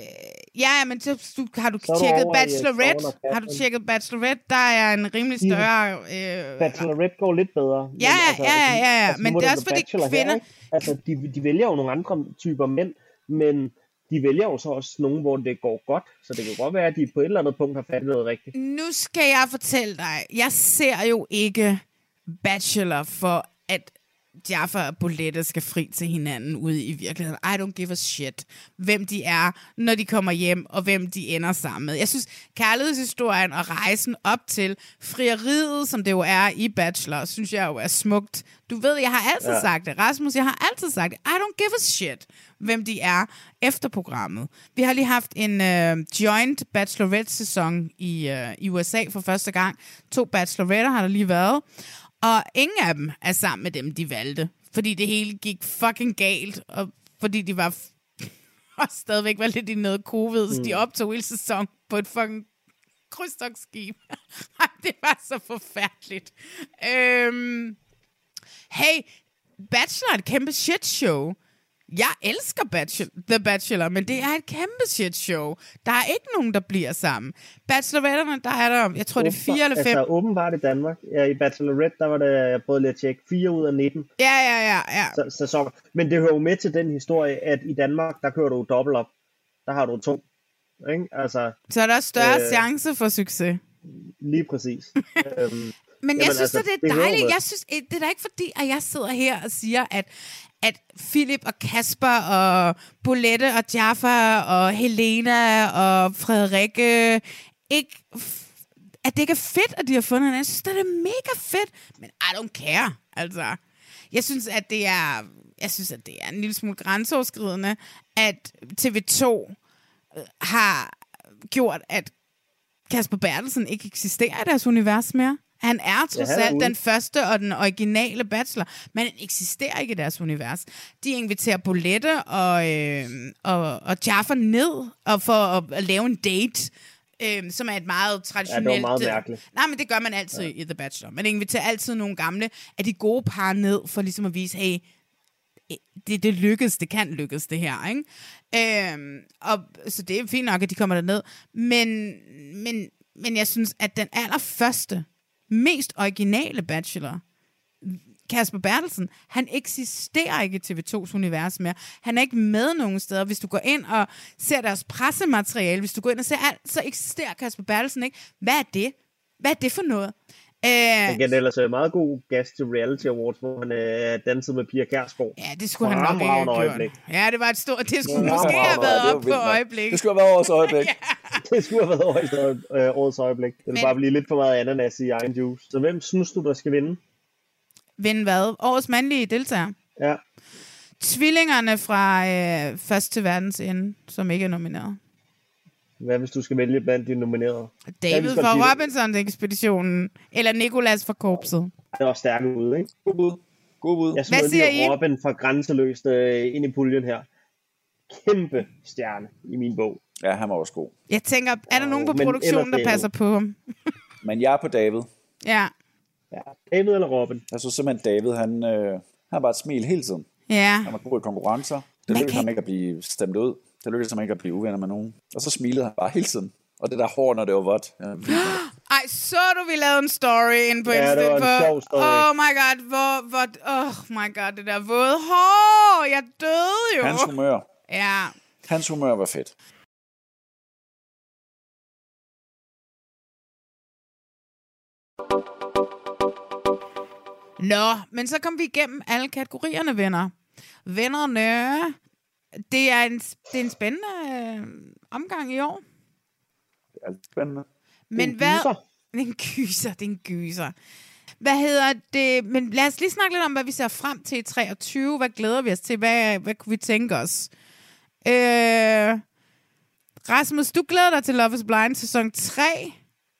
Ja, men så, du, har du tjekket Bachelorette? Har du tjekket Bachelorette? Der er en rimelig større... Øh, Bachelorette går lidt bedre. Ja, men, altså, ja, ja, ja, ja. Altså, men det er også fordi kvinder... Her, altså, de, de vælger jo nogle andre typer mænd, men de vælger jo så også nogen, hvor det går godt. Så det kan godt være, at de på et eller andet punkt har fattet noget rigtigt. Nu skal jeg fortælle dig, jeg ser jo ikke Bachelor for, at Jaffa og Bolette skal fri til hinanden ude i virkeligheden. I don't give a shit, hvem de er, når de kommer hjem, og hvem de ender sammen med. Jeg synes, kærlighedshistorien og rejsen op til frieriet, som det jo er i Bachelor, synes jeg jo er smukt. Du ved, jeg har altid ja. sagt det. Rasmus, jeg har altid sagt det. I don't give a shit, hvem de er efter programmet. Vi har lige haft en uh, joint Bachelorette-sæson i, uh, i U S A for første gang. To Bacheloretter har der lige været. Og ingen af dem er sammen med dem, de valgte. Fordi det hele gik fucking galt. Og fordi de var f- og stadigvæk var lidt i noget covid, så de optog hele sæson på et fucking krydstogtskib. Det var så forfærdeligt. Øhm, hey, Bachelor er et kæmpe shit show. Jeg elsker Bachelor, The Bachelor, men det er et kæmpe shit show. Der er ikke nogen, der bliver sammen. Bacheloretterne, der er der, jeg tror, det er fire eller fem. Altså åbenbart i Danmark. Ja, i Bachelorette, der var det, jeg prøvede lige at tjekke, fire ud af nitten. Ja, ja, ja. ja. Sæsoner. Men det hører jo med til den historie, at i Danmark, der kører du dobbelt op. Der har du to. Ikke? Altså, så er der større øh, chance for succes. Lige præcis. øhm, Men jeg Jamen, synes, altså, at det er dejligt. Jeg synes, det er da ikke fordi, at jeg sidder her og siger, at, at Philip og Kasper og Bolette og Jaffa og Helena og Frederikke ikke, at det ikke er fedt, at de har fundet hinanden. Jeg synes, det er mega fedt, men I don't care. Altså, jeg synes, at det er, jeg synes, at det er en lille smule grænseoverskridende, at T V to har gjort, at Kasper Bertelsen ikke eksisterer i deres univers mere. Han er trods ja, alt den første og den originale bachelor, men han eksisterer ikke i deres univers. De inviterer Bolette og, øh, og, og Jaffa ned og for at, at lave en date, øh, som er et meget traditionelt... Ja, det var meget mærkeligt. Nej, men det gør man altid ja. i The Bachelor. Man inviterer altid nogle gamle af de gode par ned, for ligesom at vise, hey, det, det lykkes, det kan lykkes, det her, ikke? Øhm, og, så det er fint nok, at de kommer derned. Men, men, men jeg synes, at den allerførste, mest originale bachelor, Kasper Bertelsen, han eksisterer ikke i T V tos univers mere. Han er ikke med nogen steder. Hvis du går ind og ser deres pressemateriale, hvis du går ind og ser alt, så eksisterer Kasper Bertelsen ikke. Hvad er det? Hvad er det for noget? Han gav ellers en meget god gast til Reality Awards, hvor han øh, dansede med Pia Kjærsgaard. Ja, det skulle han nok ikke have gjort. Ja, det var et stort... Det skulle ja, måske have været op på øjeblik. Det skulle have været årets øjeblik. Ja. Det skulle have været årets, øh, årets øjeblik. Det vil Men... bare blive lidt for meget ananas i egen juice. Så hvem synes du, der skal vinde? Vinde hvad? Årets mandlige deltager? Ja. Tvillingerne fra øh, Først til verdens ende, som ikke er nomineret. Hvad hvis du skal vælge blandt de nominerede? David fra Robinson-ekspeditionen, eller Nicolas fra Korpset. Det var stærke ude, ikke? God bud. God bud. Jeg smider lige Robin fra Grænseløst øh, ind i puljen her. Kæmpe stjerne i min bog. Ja, han var også god. Jeg tænker, er der nogen på produktionen, der passer på ham? Men jeg er på David. Ja. Ja, David eller Robin? Jeg synes simpelthen, David, han, øh, han har bare et smil hele tiden. Ja. Han var god i konkurrencer. Det lykkedes ham ikke at blive stemt ud. Det lykkedes ham ikke at blive uvenner med nogen. Og så smilede han bare hele tiden. Og det der hår, når det var vådt. Ja, ej, så du, vi lavede en story inde på ja, Insta. Det var en sjov story. Oh my god, hvor, hvor, oh my god, det der våde hår. Jeg døde jo. Hans humør. Ja. Hans humør var fedt. Nå, men så kom vi igennem alle kategorierne, venner. Vennerne, det er en, det er en spændende øh, omgang i år. Det er spændende. Men en hvad? gyser. Det er en gyser, det er en gyser. Hvad hedder det? Men lad os lige snakke lidt om, hvad vi ser frem til i treogtyve. Hvad glæder vi os til? Hvad, hvad kunne vi tænke os? Øh, Rasmus, du glæder dig til Love is Blind sæson tre.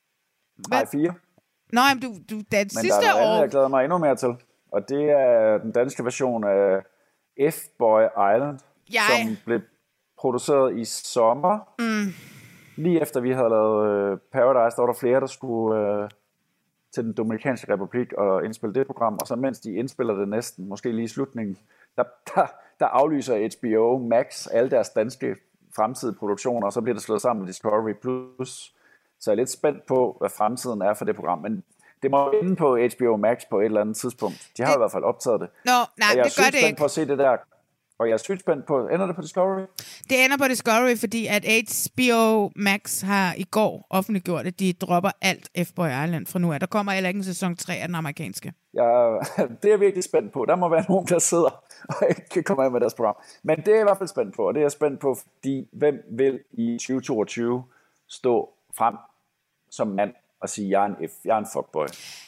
Nej, fire. Nå, men du, du da, Men sidste der er noget år... andet, jeg glæder mig endnu mere til. Og det er den danske version af F-Boy Island, Jeg... som blev produceret i sommer. Mm. Lige efter vi havde lavet uh, Paradise, der var der flere, der skulle uh, til den Dominikanske Republik og indspille det program. Og så mens de indspiller det næsten, måske lige i slutningen, der, der, der aflyser H B O Max alle deres danske fremtidige produktioner, og så bliver det slået sammen med Discovery Plus. Så jeg er lidt spændt på, hvad fremtiden er for det program. Men det må inde på H B O Max på et eller andet tidspunkt. De har det... i hvert fald optaget det. Nå, nej, og jeg det gør det spændt ikke. på at se det der. Og jeg er sygt spændt på, ender det på Discovery? Det ender på Discovery, fordi at H B O Max har i går offentliggjort, at de dropper alt F-Boy Island fra nu af. Der kommer heller ikke en sæson tre af den amerikanske. Ja, det er jeg virkelig spændt på. Der må være nogen, der sidder og ikke kan komme af med deres program. Men det er jeg i hvert fald spændt på, og det er jeg spændt på, fordi hvem vil i tyve toogtyve stå frem som mand og sige, jeg er en F, jeg er en fuckboy.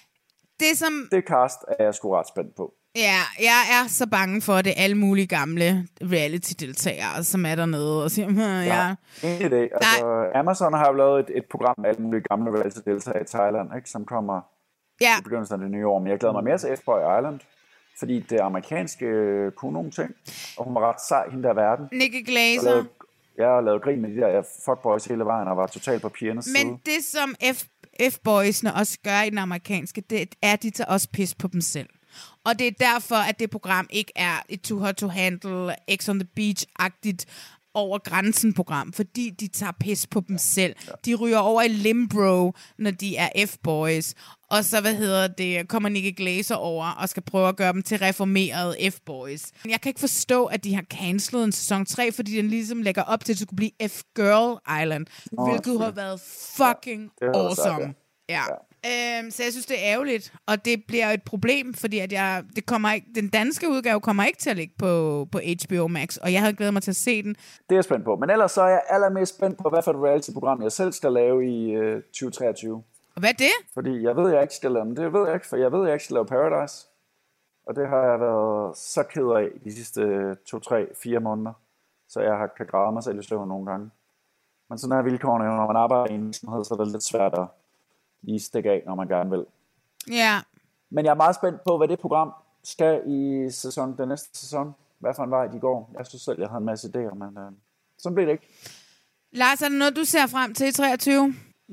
Det som... Det cast er jeg sgu ret spændt på. Ja, jeg er så bange for, at det er alle mulige gamle reality-deltagere, som er dernede og siger, hm, ja. Ja, ingen idé. Altså, Amazon har jo lavet et, et program med alle mulige gamle reality-deltagere i Thailand, ikke, som kommer ja. i begyndelsen af det nye år. Men jeg glæder mig mere til F-Boy Island, fordi det amerikanske kunne nogle ting, og hun var ret sej, hende der verden. Nikki Glaser. Jeg har lavet grin med de der fuckboys hele vejen, og var totalt på pigernes side. Men det, som F- F-boysene også gør i den amerikanske, det er, at de tager også pis på dem selv. Og det er derfor, at det program ikke er et Too Hot to Handle, X on the Beach-agtigt over grænsen-program, fordi de tager pis på dem selv. De ryger over i limbro, når de er F-boys. Og så, hvad hedder det, kommer Nikki Glaser over og skal prøve at gøre dem til reformerede F-boys. Jeg kan ikke forstå, at de har cancelet en sæson tre, fordi den ligesom lægger op til, at det skulle blive F-Girl Island, oh, hvilket har været fucking ja, awesome. Sagt, ja. Ja. Ja. Øhm, så jeg synes, det er ærgerligt, og det bliver et problem, fordi at jeg, det kommer ikke, den danske udgave kommer ikke til at ligge på, på H B O Max, og jeg havde glædet mig til at se den. Det er jeg spændt på, men ellers så er jeg allermest spændt på, hvad for et reality-program jeg selv skal lave i øh, tyve treogtyve. Og hvad er det? Fordi jeg ved, jeg ikke skal lave, men det ved jeg ikke, for jeg ved, jeg ikke skal lave Paradise. Og det har jeg været så ked af de sidste to, tre, fire måneder, så jeg har kan græde mig selv i søvn nogle gange. Men sådan er vilkårene, når man arbejder i en virksomhed, så er det lidt svært at lige stikke af, når man gerne vil. Ja. Men jeg er meget spændt på, hvad det program skal i sæson, den næste sæson. Hvad for en vej de går. Jeg synes selv, jeg havde en masse idéer, men øh, sådan bliver det ikke. Lars, er det noget, du ser frem til i treogtyve?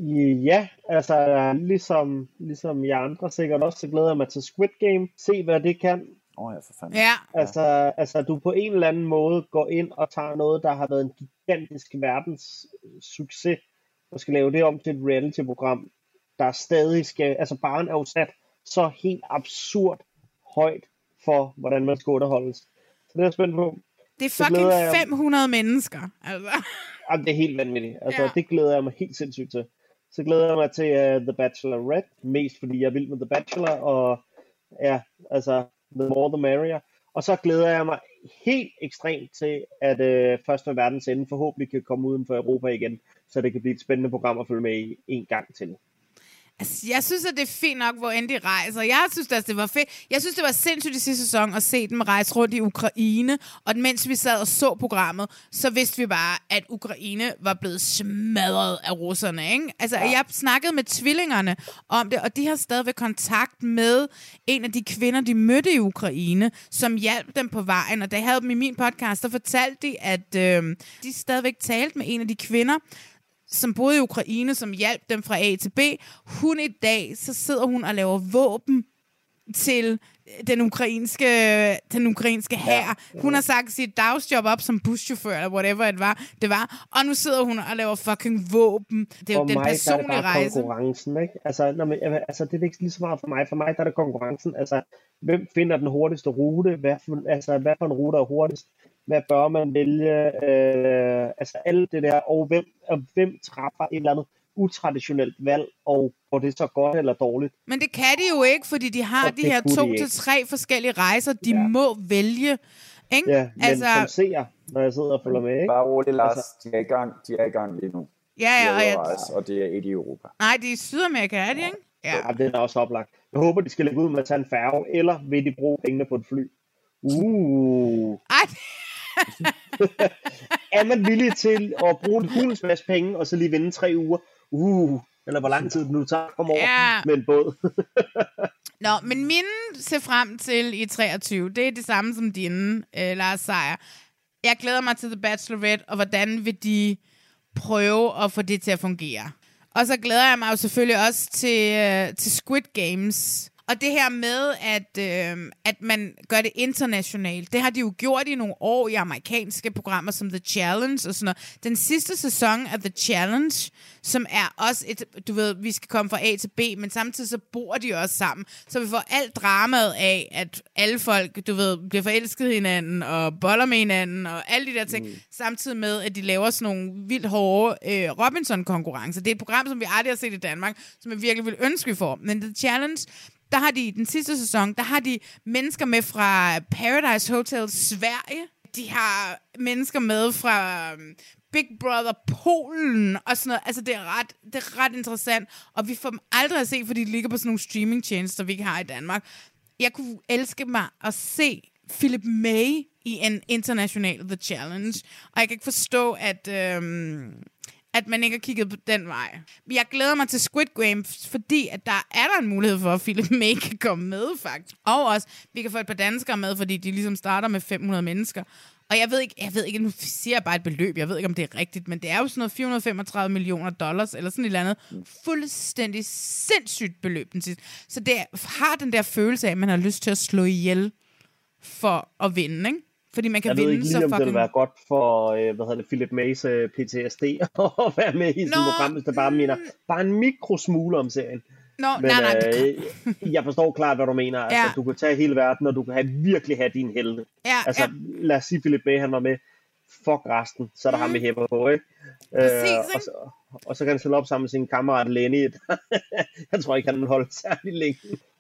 Ja, altså ligesom, ligesom jeg andre sikkert også, så glæder jeg mig til Squid Game. Se, hvad det kan. Åh oh, ja, for fanden. Ja. Altså, altså, du på en eller anden måde går ind og tager noget, der har været en gigantisk verdens succes, og skal lave det om til et reality-program, der stadig skal, altså barren er jo sat så helt absurd højt for, hvordan man skal underholdes. Så det er jeg spændt på. Det er fucking jeg... fem hundrede mennesker, altså. Jamen, det er helt vanvittigt. Altså, ja. Det glæder jeg mig helt sindssygt til. Så glæder jeg mig til uh, The Bachelorette, mest fordi jeg vil med The Bachelor, og ja, altså, the more the merrier. Og så glæder jeg mig helt ekstremt til, at uh, Første og Verdens Ende forhåbentlig kan komme uden for Europa igen, så det kan blive et spændende program at følge med i en gang til. Altså, jeg synes, at det er fint nok, hvor end de rejser. Jeg synes, at det var fedt. Jeg synes, det var sindssygt i sidste sæson at se dem rejse rundt i Ukraine. Og mens vi sad og så programmet, så vidste vi bare, at Ukraine var blevet smadret af russerne, ikke? Altså, ja. Jeg snakkede med tvillingerne om det, og de har stadigvæk kontakt med en af de kvinder, de mødte i Ukraine, som hjalp dem på vejen. Og da jeg havde dem i min podcast, der fortalte de, at øh, de stadigvæk talte med en af de kvinder, som boede i Ukraine, som hjalp dem fra A til B. Hun i dag, så sidder hun og laver våben til den ukrainske, den ukrainske hær. Hun har sagt sit dagsjob op som buschauffør, eller whatever det var, det var. Og nu sidder hun og laver fucking våben. Det er jo den personlige rejse. Konkurrencen, ikke? Altså, når man, altså, det er ikke lige så meget for mig. For mig der er det konkurrencen. Altså, hvem finder den hurtigste rute? Hvad for, altså, hvad for en rute er hurtigst? Hvad bør man vælge? Øh, altså, alt det der. Og hvem, og hvem træffer et eller andet utraditionelt valg, og hvor det er så godt eller dårligt. Men det kan de jo ikke, fordi de har og de her to de til tre forskellige rejser, de ja. må vælge. Ikke? Ja, men altså, som seer, når jeg sidder og følger med, ikke? Bare roligt, Lars. Altså, de, er i gang, de er i gang lige nu. Ja, ja, og, jeg... rejse, og det er et i Europa. Nej, det er i Sydamerika, er det ikke? Ja, ja det er også oplagt. Jeg håber, de skal lægge ud med at tage en færge, eller vil de bruge pengene på et fly? Uh. Ej. Er man villig til at bruge en hulens masse penge, og så lige vinde tre uger? Uh. Eller hvor lang tid det nu tager at komme over ja. med en båd. Nå, men mine ser frem til i treogtyve, det er det samme som dine, øh, Lars Seier. Jeg glæder mig til The Bachelorette, og hvordan vil de prøve at få det til at fungere. Og så glæder jeg mig jo selvfølgelig også til, øh, til Squid Games. Og det her med, at, øh, at man gør det internationalt, det har de jo gjort i nogle år i amerikanske programmer som The Challenge og sådan noget. Den sidste sæson af The Challenge, som er også et, du ved, vi skal komme fra A til B, men samtidig så bor de også sammen. Så vi får alt dramaet af, at alle folk, du ved, bliver forelsket i hinanden og boller med hinanden og alle de der ting, mm. samtidig med, at de laver sådan nogle vildt hårde øh, Robinson-konkurrencer. Det er et program, som vi aldrig har set i Danmark, som jeg virkelig vil ønske, vi får. Men The Challenge, der har de den sidste sæson, der har de mennesker med fra Paradise Hotel Sverige. De har mennesker med fra Big Brother Polen og sådan noget. Altså, det er ret, det er ret interessant. Og vi får dem aldrig at se, fordi de ligger på sådan nogle streamingtjenester, vi ikke har i Danmark. Jeg kunne elske mig at se Philip May i en international The Challenge. Og jeg kan ikke forstå, at... Øhm at man ikke har kigget på den vej. Men jeg glæder mig til Squid Games, fordi at der er der en mulighed for, at Philip May kan komme med, faktisk. Og også, vi kan få et par danskere med, fordi de ligesom starter med fem hundrede mennesker. Og jeg ved ikke, jeg ved ikke, nu siger jeg bare et beløb, jeg ved ikke, om det er rigtigt, men det er jo sådan noget fire hundrede og femogtredive millioner dollars, eller sådan et eller andet fuldstændig sindssygt beløb den sidste. Så det har den der følelse af, at man har lyst til at slå ihjel for at vinde, ikke? Fordi man kan jeg vinde ved ikke lige, så om fucking... det vil være godt for, øh, hvad hedder det, Philip Mays øh, P T S D at være med i sådan et program, hvis der bare mener, bare en mikrosmule om serien. Nå, Men nej, nej. Øh, jeg forstår klart, hvad du mener. Altså, ja. Du kan tage hele verden, og du kan have, virkelig have din helte. Ja, altså, ja. lad os sige, Philip May, han var med. Fuck resten, så er der mm. ham med hæpper på, ikke? Præcis, øh, og, så, og så kan han stille op sammen med sin kammerat Lenny. Jeg tror ikke, han vil holde særlig længe.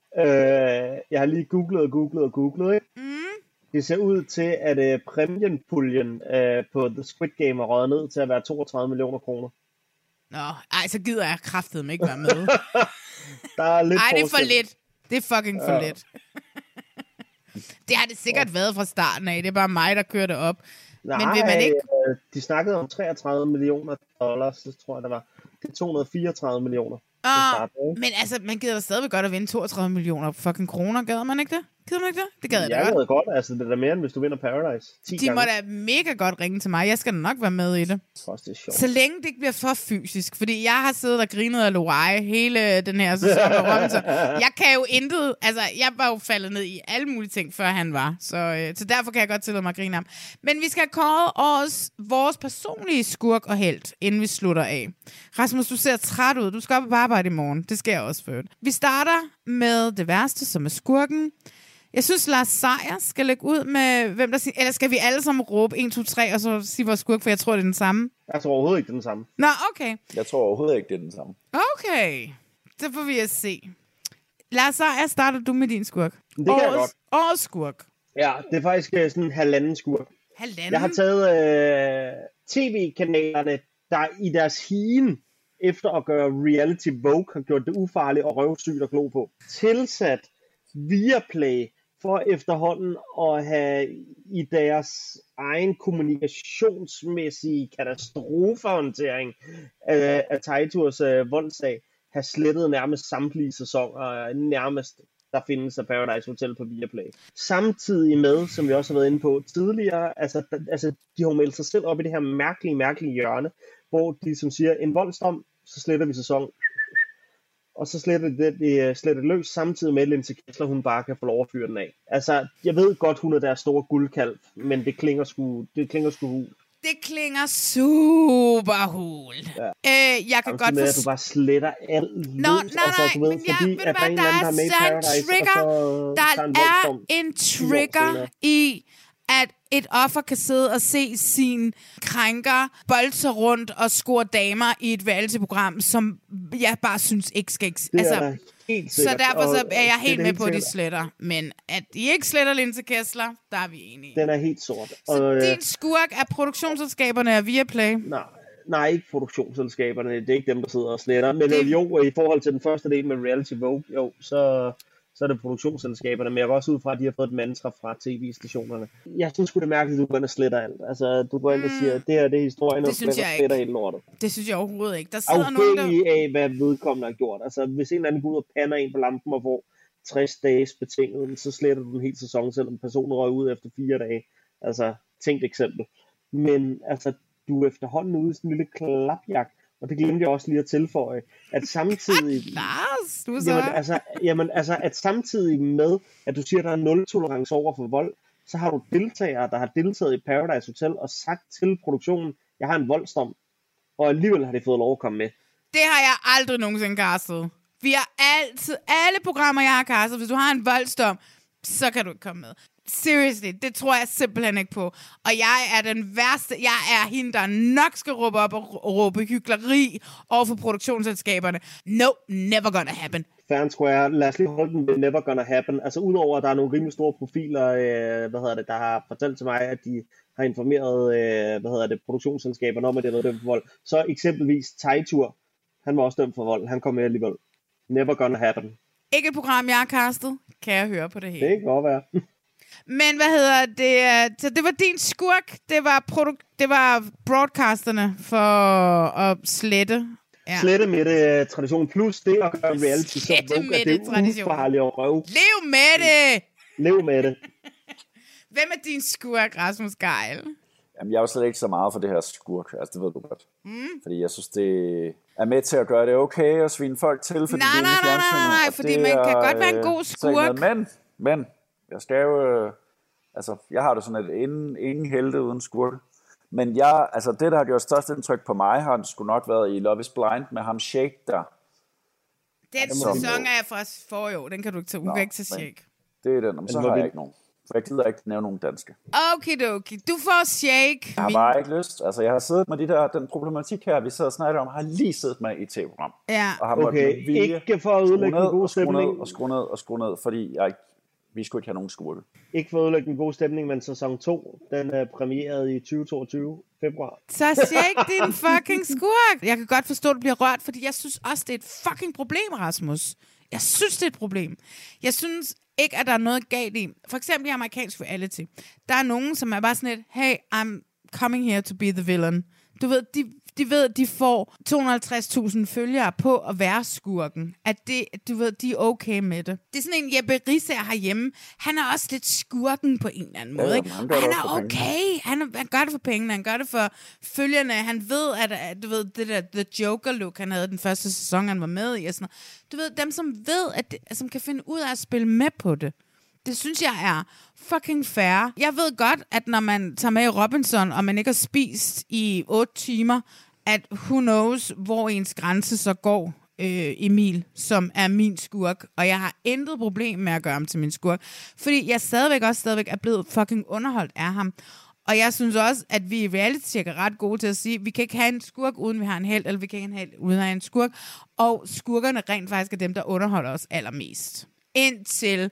Øh, jeg har lige googlet og googlet og googlet, ikke? Mm. Det ser ud til, at uh, præmienpuljen uh, på The Squid Game er røget ned til at være toogtredive millioner kroner. Nå, ej, så gider jeg kraftedeme ikke være med. Der er lidt ej, det er for forskel. lidt. Det er fucking for ja. lidt. Det har det sikkert ja. været fra starten af. Det er bare mig, der kører det op. Nej, men vil man ikke... øh, de snakkede om treogtredive millioner dollars, så tror jeg, det var. Det er to hundrede og fireogtredive millioner. Oh, men altså, man gider da stadigvæk godt at vinde toogtredive millioner fucking kroner. Gad man ikke det? Gider man ikke det? Det gad jeg, jeg da godt. godt. Altså, det er da mere, end hvis du vinder Paradise. ti De gange. må da mega godt ringe til mig. Jeg skal da nok være med i det. Også, det er sjovt. Så længe det ikke bliver for fysisk. Fordi jeg har siddet og grinet af Loai hele den her sæson af Robinson. Jeg kan jo intet... Altså, jeg var jo faldet ned i alle mulige ting, før han var. Så, øh, så derfor kan jeg godt tillade mig at grine ham. Men vi skal kåre os vores personlige skurk og helt, inden vi slutter af. Rasmus, du ser træt ud. Du skal op på arbejde i morgen. Det skal jeg også før. Vi starter med det værste, som er skurken. Jeg synes, Lars Seier skal lægge ud med, hvem der siger... Eller skal vi alle sammen råbe en, to, tre, og så sige vores skurk, for jeg tror, det er den samme? Jeg tror overhovedet ikke, det er den samme. Nå, okay. Jeg tror overhovedet ikke, det er den samme. Okay. Det får vi at se. Lars Seier, starter du med din skurk? Det kan årets, jeg godt. Årets skurk. Ja, det er faktisk sådan en halvanden skurk. Halvanden? Jeg har taget øh, tv-kanalerne, der i deres higen efter at gøre reality Vogue har gjort det ufarligt og røvsygt at glo på. Tilsat Viaplay for efterhånden at have i deres egen kommunikationsmæssige katastrofehåndtering af, af Taiturs øh, voldsag have slettet nærmest samtlige sæsoner, nærmest der findes af Paradise Hotel på Viaplay. Samtidig med, som vi også har været inde på tidligere, altså, altså de har meldt sig selv op i det her mærkelige, mærkelige hjørne, hvor de som siger, en voldsdom, så sletter vi sæson. Og så sletter det, det sletter løs, samtidig med, at Linse Kessler, hun bare kan få lov at fyre den af. Altså, jeg ved godt, hun er deres store guldkalv, men det klinger sgu, det klinger sgu hul. Det klinger super hul. Ja. Øh, jeg kan godt forstå... at du bare sletter alt løs. Nå, nej, nej, altså, ved, men jeg, fordi, ved du hvad, der, der er, er en trigger, så, der en er en trigger i, at et offer kan sidde og se sin krænker bolde sig rundt og score damer i et reality-program, som jeg bare synes ikke skal... Det altså, er helt sikkert. Så derfor så er jeg helt det med på, at de sikkert. sletter. Men at de ikke sletter Linse Kessler, der er vi enige. Den er helt sort. Så og, din skurk er produktionsselskaberne af Viaplay? Nej, nej, ikke produktionsselskaberne. Det er ikke dem, der sidder og sletter. Men det... jo, i forhold til den første del med Reality Vogue, jo, så... så er det produktionsselskaberne, men jeg går også ud fra, at de har fået et mantra fra tv-stationerne. Jeg synes sgu det er mærkeligt, at du går ind og sletter alt. Altså, du går ind og siger, det her det er historien, og sletter helt lortet. Det synes jeg overhovedet ikke. Der sidder nogen, der... Afhængig af, hvad vedkommende har gjort. Altså, hvis en eller anden går ud og pander en på lampen og får tres dages betinget, så sletter du en hel sæson, selvom personen røg ud efter fire dage. Altså, tænkt eksempel. Men altså, du er efterhånden ude i sådan en lille klapjagt. Og det glemte jeg også lige at tilføje, at samtidig... Lars, du så... Jamen altså, jamen, altså, at samtidig med, at du siger, at der er nul tolerance over for vold, så har du deltagere, der har deltaget i Paradise Hotel og sagt til produktionen, jeg har en voldsdom, og alligevel har de fået lov at komme med. Det har jeg aldrig nogensinde castet. Vi har altid, alle programmer, jeg har castet, hvis du har en voldsdom, så kan du ikke komme med. Seriously, det tror jeg simpelthen ikke på. Og jeg er den værste. Jeg er hende, der nok skal råbe op og råbe hykleri over for produktionsselskaberne. No, never gonna happen. Fair and square. Lad os lige holde den ved never gonna happen. Altså udover, at der er nogle rimelig store profiler, øh, hvad hedder det, der har fortalt til mig, at de har informeret, øh, hvad hedder det, produktionsselskaberne om, at det er noget dømt for vold. Så eksempelvis Tejtur, han var også dømt for vold. Han kom med alligevel. Never gonna happen. Ikke et program, jeg har castet. Kan jeg høre på det hele? Det kan godt være. Men hvad hedder det? Så det var din skurk. Det var, produ- det var broadcasterne for at slette. Ja. Slette med det tradition. Plus det at gøre reality så Vogue, at det er ufarligt at røve. Lev med det! Lev med det. Hvem er din skurk, Rasmus Geil? Jamen, jeg er jo slet ikke så meget for det her skurk. Altså, det ved du godt. Mm. Fordi jeg synes, det er med til at gøre det okay at svine folk til. Fordi nej, det er nej, nej, nej, nej, fordi man kan godt være en god skurk. Men, men, jeg skal jo... Øh, altså, jeg har det sådan, at ingen, ingen helte uden skurke. Men jeg, altså, det, der har gjort størst indtryk på mig, har sgu nok været i Love is Blind med ham Shake der. Den som, sæson er fra forrige år. Den kan du ikke tage. Du kan ikke tage Shake. Det er den, men så har jeg ikke nogen. For jeg gider ikke nævne nogen danske. Okidoki. Du får Shake. Jeg har bare ikke lyst. Altså, jeg har siddet med de der, den problematik her, vi sidder og snakker om, har lige siddet med i tv-program. Ja. Og har okay, ikke for at udlægge en god stemning. Og skrue ned, og skrue ned, fordi jeg, vi skulle ikke have nogen skurke. Ikke for at udlægge en god stemning, men sæson to, den er premieret i tyve toogtyve februar. Så Shake, din fucking skurk. Jeg kan godt forstå, at du bliver rørt, fordi jeg synes også, det er et fucking problem, Rasmus. Jeg synes, det er et problem. Jeg synes ikke, at der er noget galt i. For eksempel i amerikansk reality. Der er nogen, som er bare sådan et, hey, I'm coming here to be the villain. Du ved, de, de ved, at de får to hundrede og halvtreds tusind følgere på at være skurken. At det, du ved, de er okay med det. Det er sådan en Jeppe Risager herhjemme. Han er også lidt skurken på en eller anden måde. Ja, ikke? Han, han er okay. Han, er, han gør det for pengene. Han gør det for følgerne. Han ved, at, at du ved, det der The Joker look, han havde den første sæson, han var med i. Og sådan noget. Du ved, dem som ved, at det, som kan finde ud af at spille med på det. Det synes jeg er fucking fair. Jeg ved godt, at når man tager med i Robinson, og man ikke har spist i otte timer, at who knows, hvor ens grænse så går, øh, Emil, som er min skurk. Og jeg har intet problem med at gøre ham til min skurk. Fordi jeg stadigvæk også stadigvæk er blevet fucking underholdt af ham. Og jeg synes også, at vi i reality-check er ret gode til at sige, at vi kan ikke have en skurk, uden vi har en held, eller vi kan ikke have en held, uden at have en skurk. Og skurkerne rent faktisk er dem, der underholder os allermest. Indtil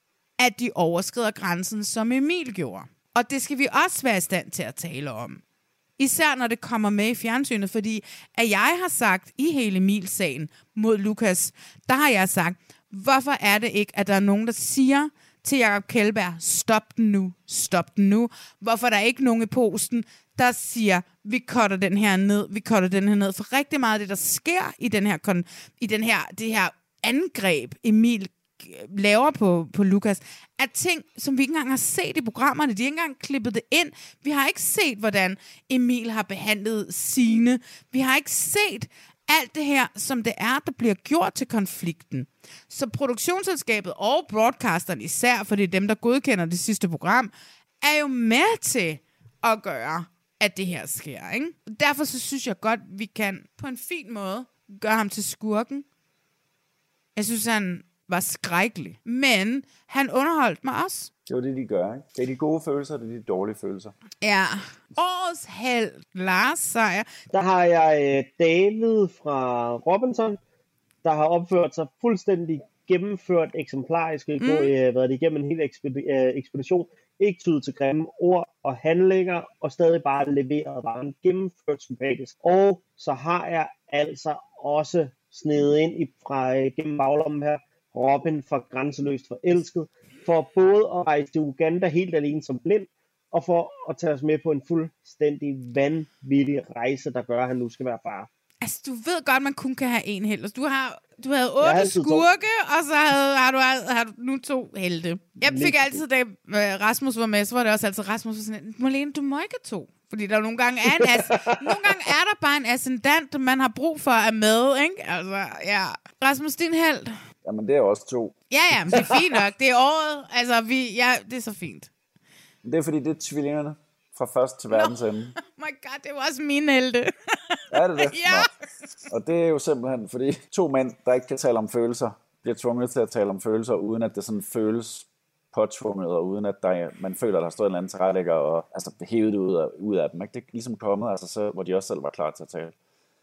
at de overskrider grænsen, som Emil gjorde. Og det skal vi også være i stand til at tale om. Især når det kommer med i fjernsynet, fordi at jeg har sagt i hele Emil-sagen mod Lukas, der har jeg sagt, hvorfor er det ikke, at der er nogen, der siger til Jacob Kjeldberg, stop den nu, stop den nu. Hvorfor er der ikke nogen i posten, der siger, vi cutter den her ned, vi cutter den her ned. For rigtig meget af det, der sker i den her, kon- i den her, det her angreb, Emil laver på, på Lukas, er ting, som vi ikke engang har set i programmerne. De har ikke engang klippet det ind. Vi har ikke set, hvordan Emil har behandlet Signe. Vi har ikke set alt det her, som det er, der bliver gjort til konflikten. Så produktionsselskabet og broadcasteren især, for det er dem, der godkender det sidste program, er jo med til at gøre, at det her sker. Ikke? Derfor så synes jeg godt, vi kan på en fin måde gøre ham til skurken. Jeg synes, han var skrækkelig. Men han underholdt mig også. Det er det, de gør, ikke? Det er de gode følelser, det er de dårlige følelser. Ja. Årets helt, Lars Seier. Der har jeg David fra Robinson, der har opført sig fuldstændig gennemført eksemplarisk, mm. gå, øh, været igennem en hel ekspedi- øh, ekspedition, ikke tydet til grimme ord og handlinger, og stadig bare leveret varen gennemført sympatisk. Og så har jeg altså også snedet ind i, fra øh, gennem baglommen her, Robin fra Grænseløst Forelsket, for både at rejse til Uganda helt alene som blind, og for at tage os med på en fuldstændig vanvittig rejse, der gør, at han nu skal være far. Altså, du ved godt, man kun kan have en held. Du har, du havde otte skurke, to. Og så havde, har, du, har du nu to helte. Jeg fik altid, da Rasmus var med, så var det også altid Rasmus var sådan, Marlene, du må ikke have to. Fordi der nogle gange er en as- nogle gange er der bare en ascendant, man har brug for at med, ikke? Altså, ja. Rasmus, din held. Jamen, det er også to. Ja, ja, men det er fint nok. Det er året. Altså, vi, ja, det er så fint. Det er fordi, det er tvillingerne fra først til verdens ende. Oh my god, det var også mine helte. Er det det? Ja. Nå. Og det er jo simpelthen, fordi to mænd, der ikke kan tale om følelser, bliver tvunget til at tale om følelser, uden at det sådan føles påtvunget, og uden at der, man føler, at der har stået en eller anden tilrettelægger, og altså hævet det ud af, ud af dem. Ikke? Det er ligesom kommet, altså, så, hvor de også selv var klar til at tale.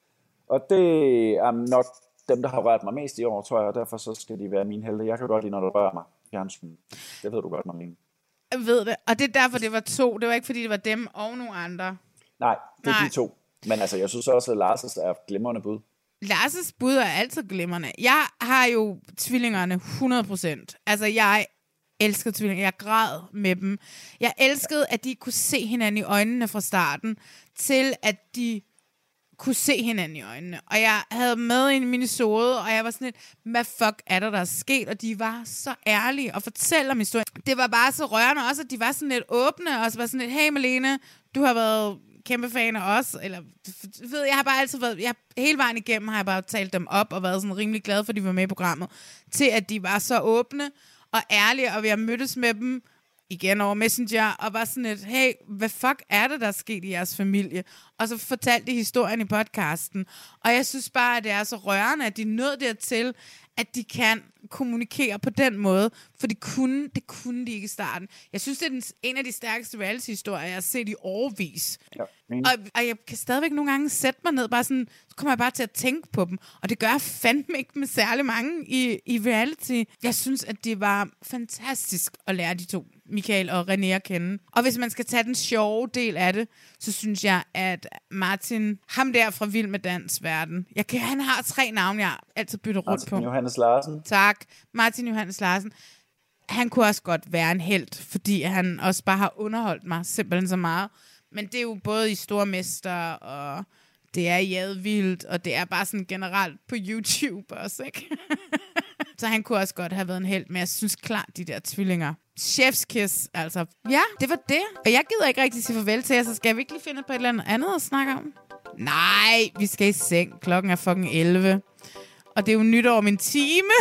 Og det er nok dem, der har rørt mig mest i år, tror jeg, og derfor så skal de være mine helte. Jeg kan godt lide, når du rører mig. Fjernsyn. Det ved du godt, Marlene. Jeg ved det, og det er derfor, det var to. Det var ikke, fordi det var dem og nogle andre. Nej, det er Nej. de to. Men altså, jeg synes også, at Lars' er glimrende bud. Lars' bud er altid glimrende. Jeg har jo tvillingerne hundrede procent. Altså, jeg elskede tvillinger. Jeg græd med dem. Jeg elskede, at de kunne se hinanden i øjnene fra starten, til at de kunne se hinanden i øjnene. Og jeg havde med i en minisode, og jeg var sådan lidt, hvad fuck er der, der er sket? Og de var så ærlige og fortælle om historien. Det var bare så rørende også, at de var sådan lidt åbne, og så var sådan lidt, hey Malene, du har været kæmpe fan af os, eller ved, jeg har bare altid været, jeg, hele vejen igennem har jeg bare talt dem op, og været sådan rimelig glad for, at de var med i programmet, til at de var så åbne og ærlige, og vi har mødtes med dem igen over Messenger, og var sådan et, hey, hvad fuck er det, der er sket i jeres familie? Og så fortalte de historien i podcasten. Og jeg synes bare, at det er så rørende, at de er nødt dertil, at de kan kommunikere på den måde, for det kunne, det kunne de ikke i starten. Jeg synes, det er den, en af de stærkeste reality-historier, jeg har set i årevis. Ja, og, og jeg kan stadigvæk nogle gange sætte mig ned, bare sådan, så kommer jeg bare til at tænke på dem. Og det gør jeg fandme ikke med særlig mange i, i reality. Jeg synes, at det var fantastisk at lære de to, Michael og René, at kende. Og hvis man skal tage den sjove del af det, så synes jeg, at Martin, ham der fra Vild med Dans verden, jeg kan, han har tre navne, jeg altid bytter rundt Martin på. Johannes Larsen. Tak. Martin Johannes Larsen. Han kunne også godt være en helt, fordi han også bare har underholdt mig simpelthen så meget. Men det er jo både i Stormester, og det er i Advildt, og det er bare sådan generelt på YouTube også, ikke? Så han kunne også godt have været en helt, men jeg synes klart, de der tvillinger. Chef's kiss, altså. Ja, det var det. Og jeg gider ikke rigtig sige farvel til jer, så skal vi ikke lige finde på et eller andet andet at snakke om? Nej, vi skal i seng. Klokken er fucking elleve. Og det er jo nytår om en time.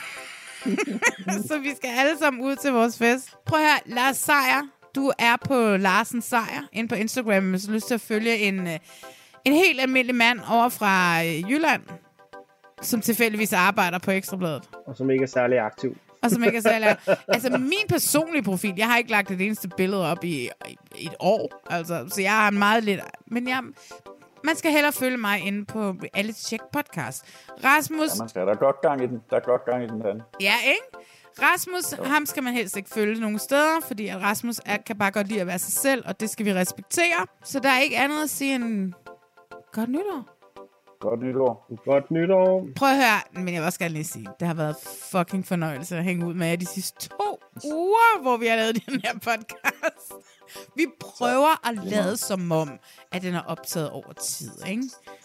Så vi skal alle sammen ud til vores fest. Prøv at høre, Lars Seier. Du er på Larsen Seier inde på Instagram, hvis du har lyst til at følge en, en helt almindelig mand over fra Jylland, som tilfældigvis arbejder på Ekstrabladet. Og som ikke er særlig aktiv. Og som ikke er særlig... Altså, min personlige profil, jeg har ikke lagt et eneste billede op i, i, i et år. Altså, så jeg har meget lidt... Men jeg... Man skal hellere følge mig inde på Reality Check Podcast. Rasmus... Ja, man skal. Der er godt gang i den. Der er godt gang i den der. Ja, ikke? Rasmus, jo. Ham skal man helst ikke følge nogen steder, fordi at Rasmus er, kan bare godt lide at være sig selv, og det skal vi respektere. Så der er ikke andet at sige end godt nytår. Godt nytår. Godt nytår. Prøv at høre, men jeg vil også gerne lige sige, det har været fucking fornøjelse at hænge ud med jer de sidste to uger, hvor vi har lavet den her podcast. Vi prøver at lade som om, at den er optaget over tid, ikke?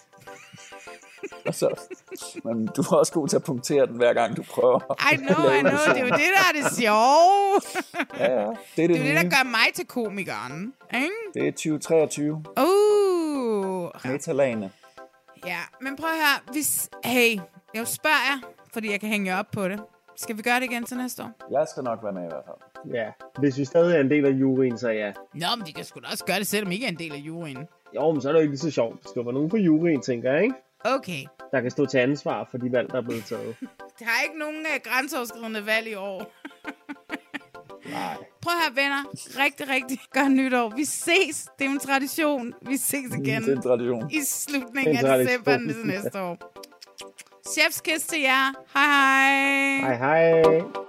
Så, men du er også god til at punktere den, hver gang du prøver. I know, I know. Det er jo det, der er det sjove. Ja, ja. Det er det, det, er det der gør mig til komikeren, ikke? Det er tyve treogtyve. Uh. Metalagene. Ja, men prøv at høre. Hvis, hey, jeg spørger jer, fordi jeg kan hænge jer op på det. Skal vi gøre det igen til næste år? Jeg skal nok være med i hvert fald. Ja, hvis vi stadig er en del af juryen, så ja. Nå, men de kan sgu da også gøre det, selvom I ikke er en del af juryen. Jo, men så er det jo ikke lige så sjovt. Det skal være nogen på juryen, tænker jeg, ikke? Okay. Der kan stå til ansvar for de valg, der er blevet taget. Det har ikke nogen uh, grænseoverskridende valg i år. Nej. Prøv at høre, venner. Rigtig, rigtig godt nytår. Vi ses. Det er en tradition. Vi ses igen. Det er en tradition. I slutningen af december næste år. Chef's kiss til jer. Hej hej. Hej hej.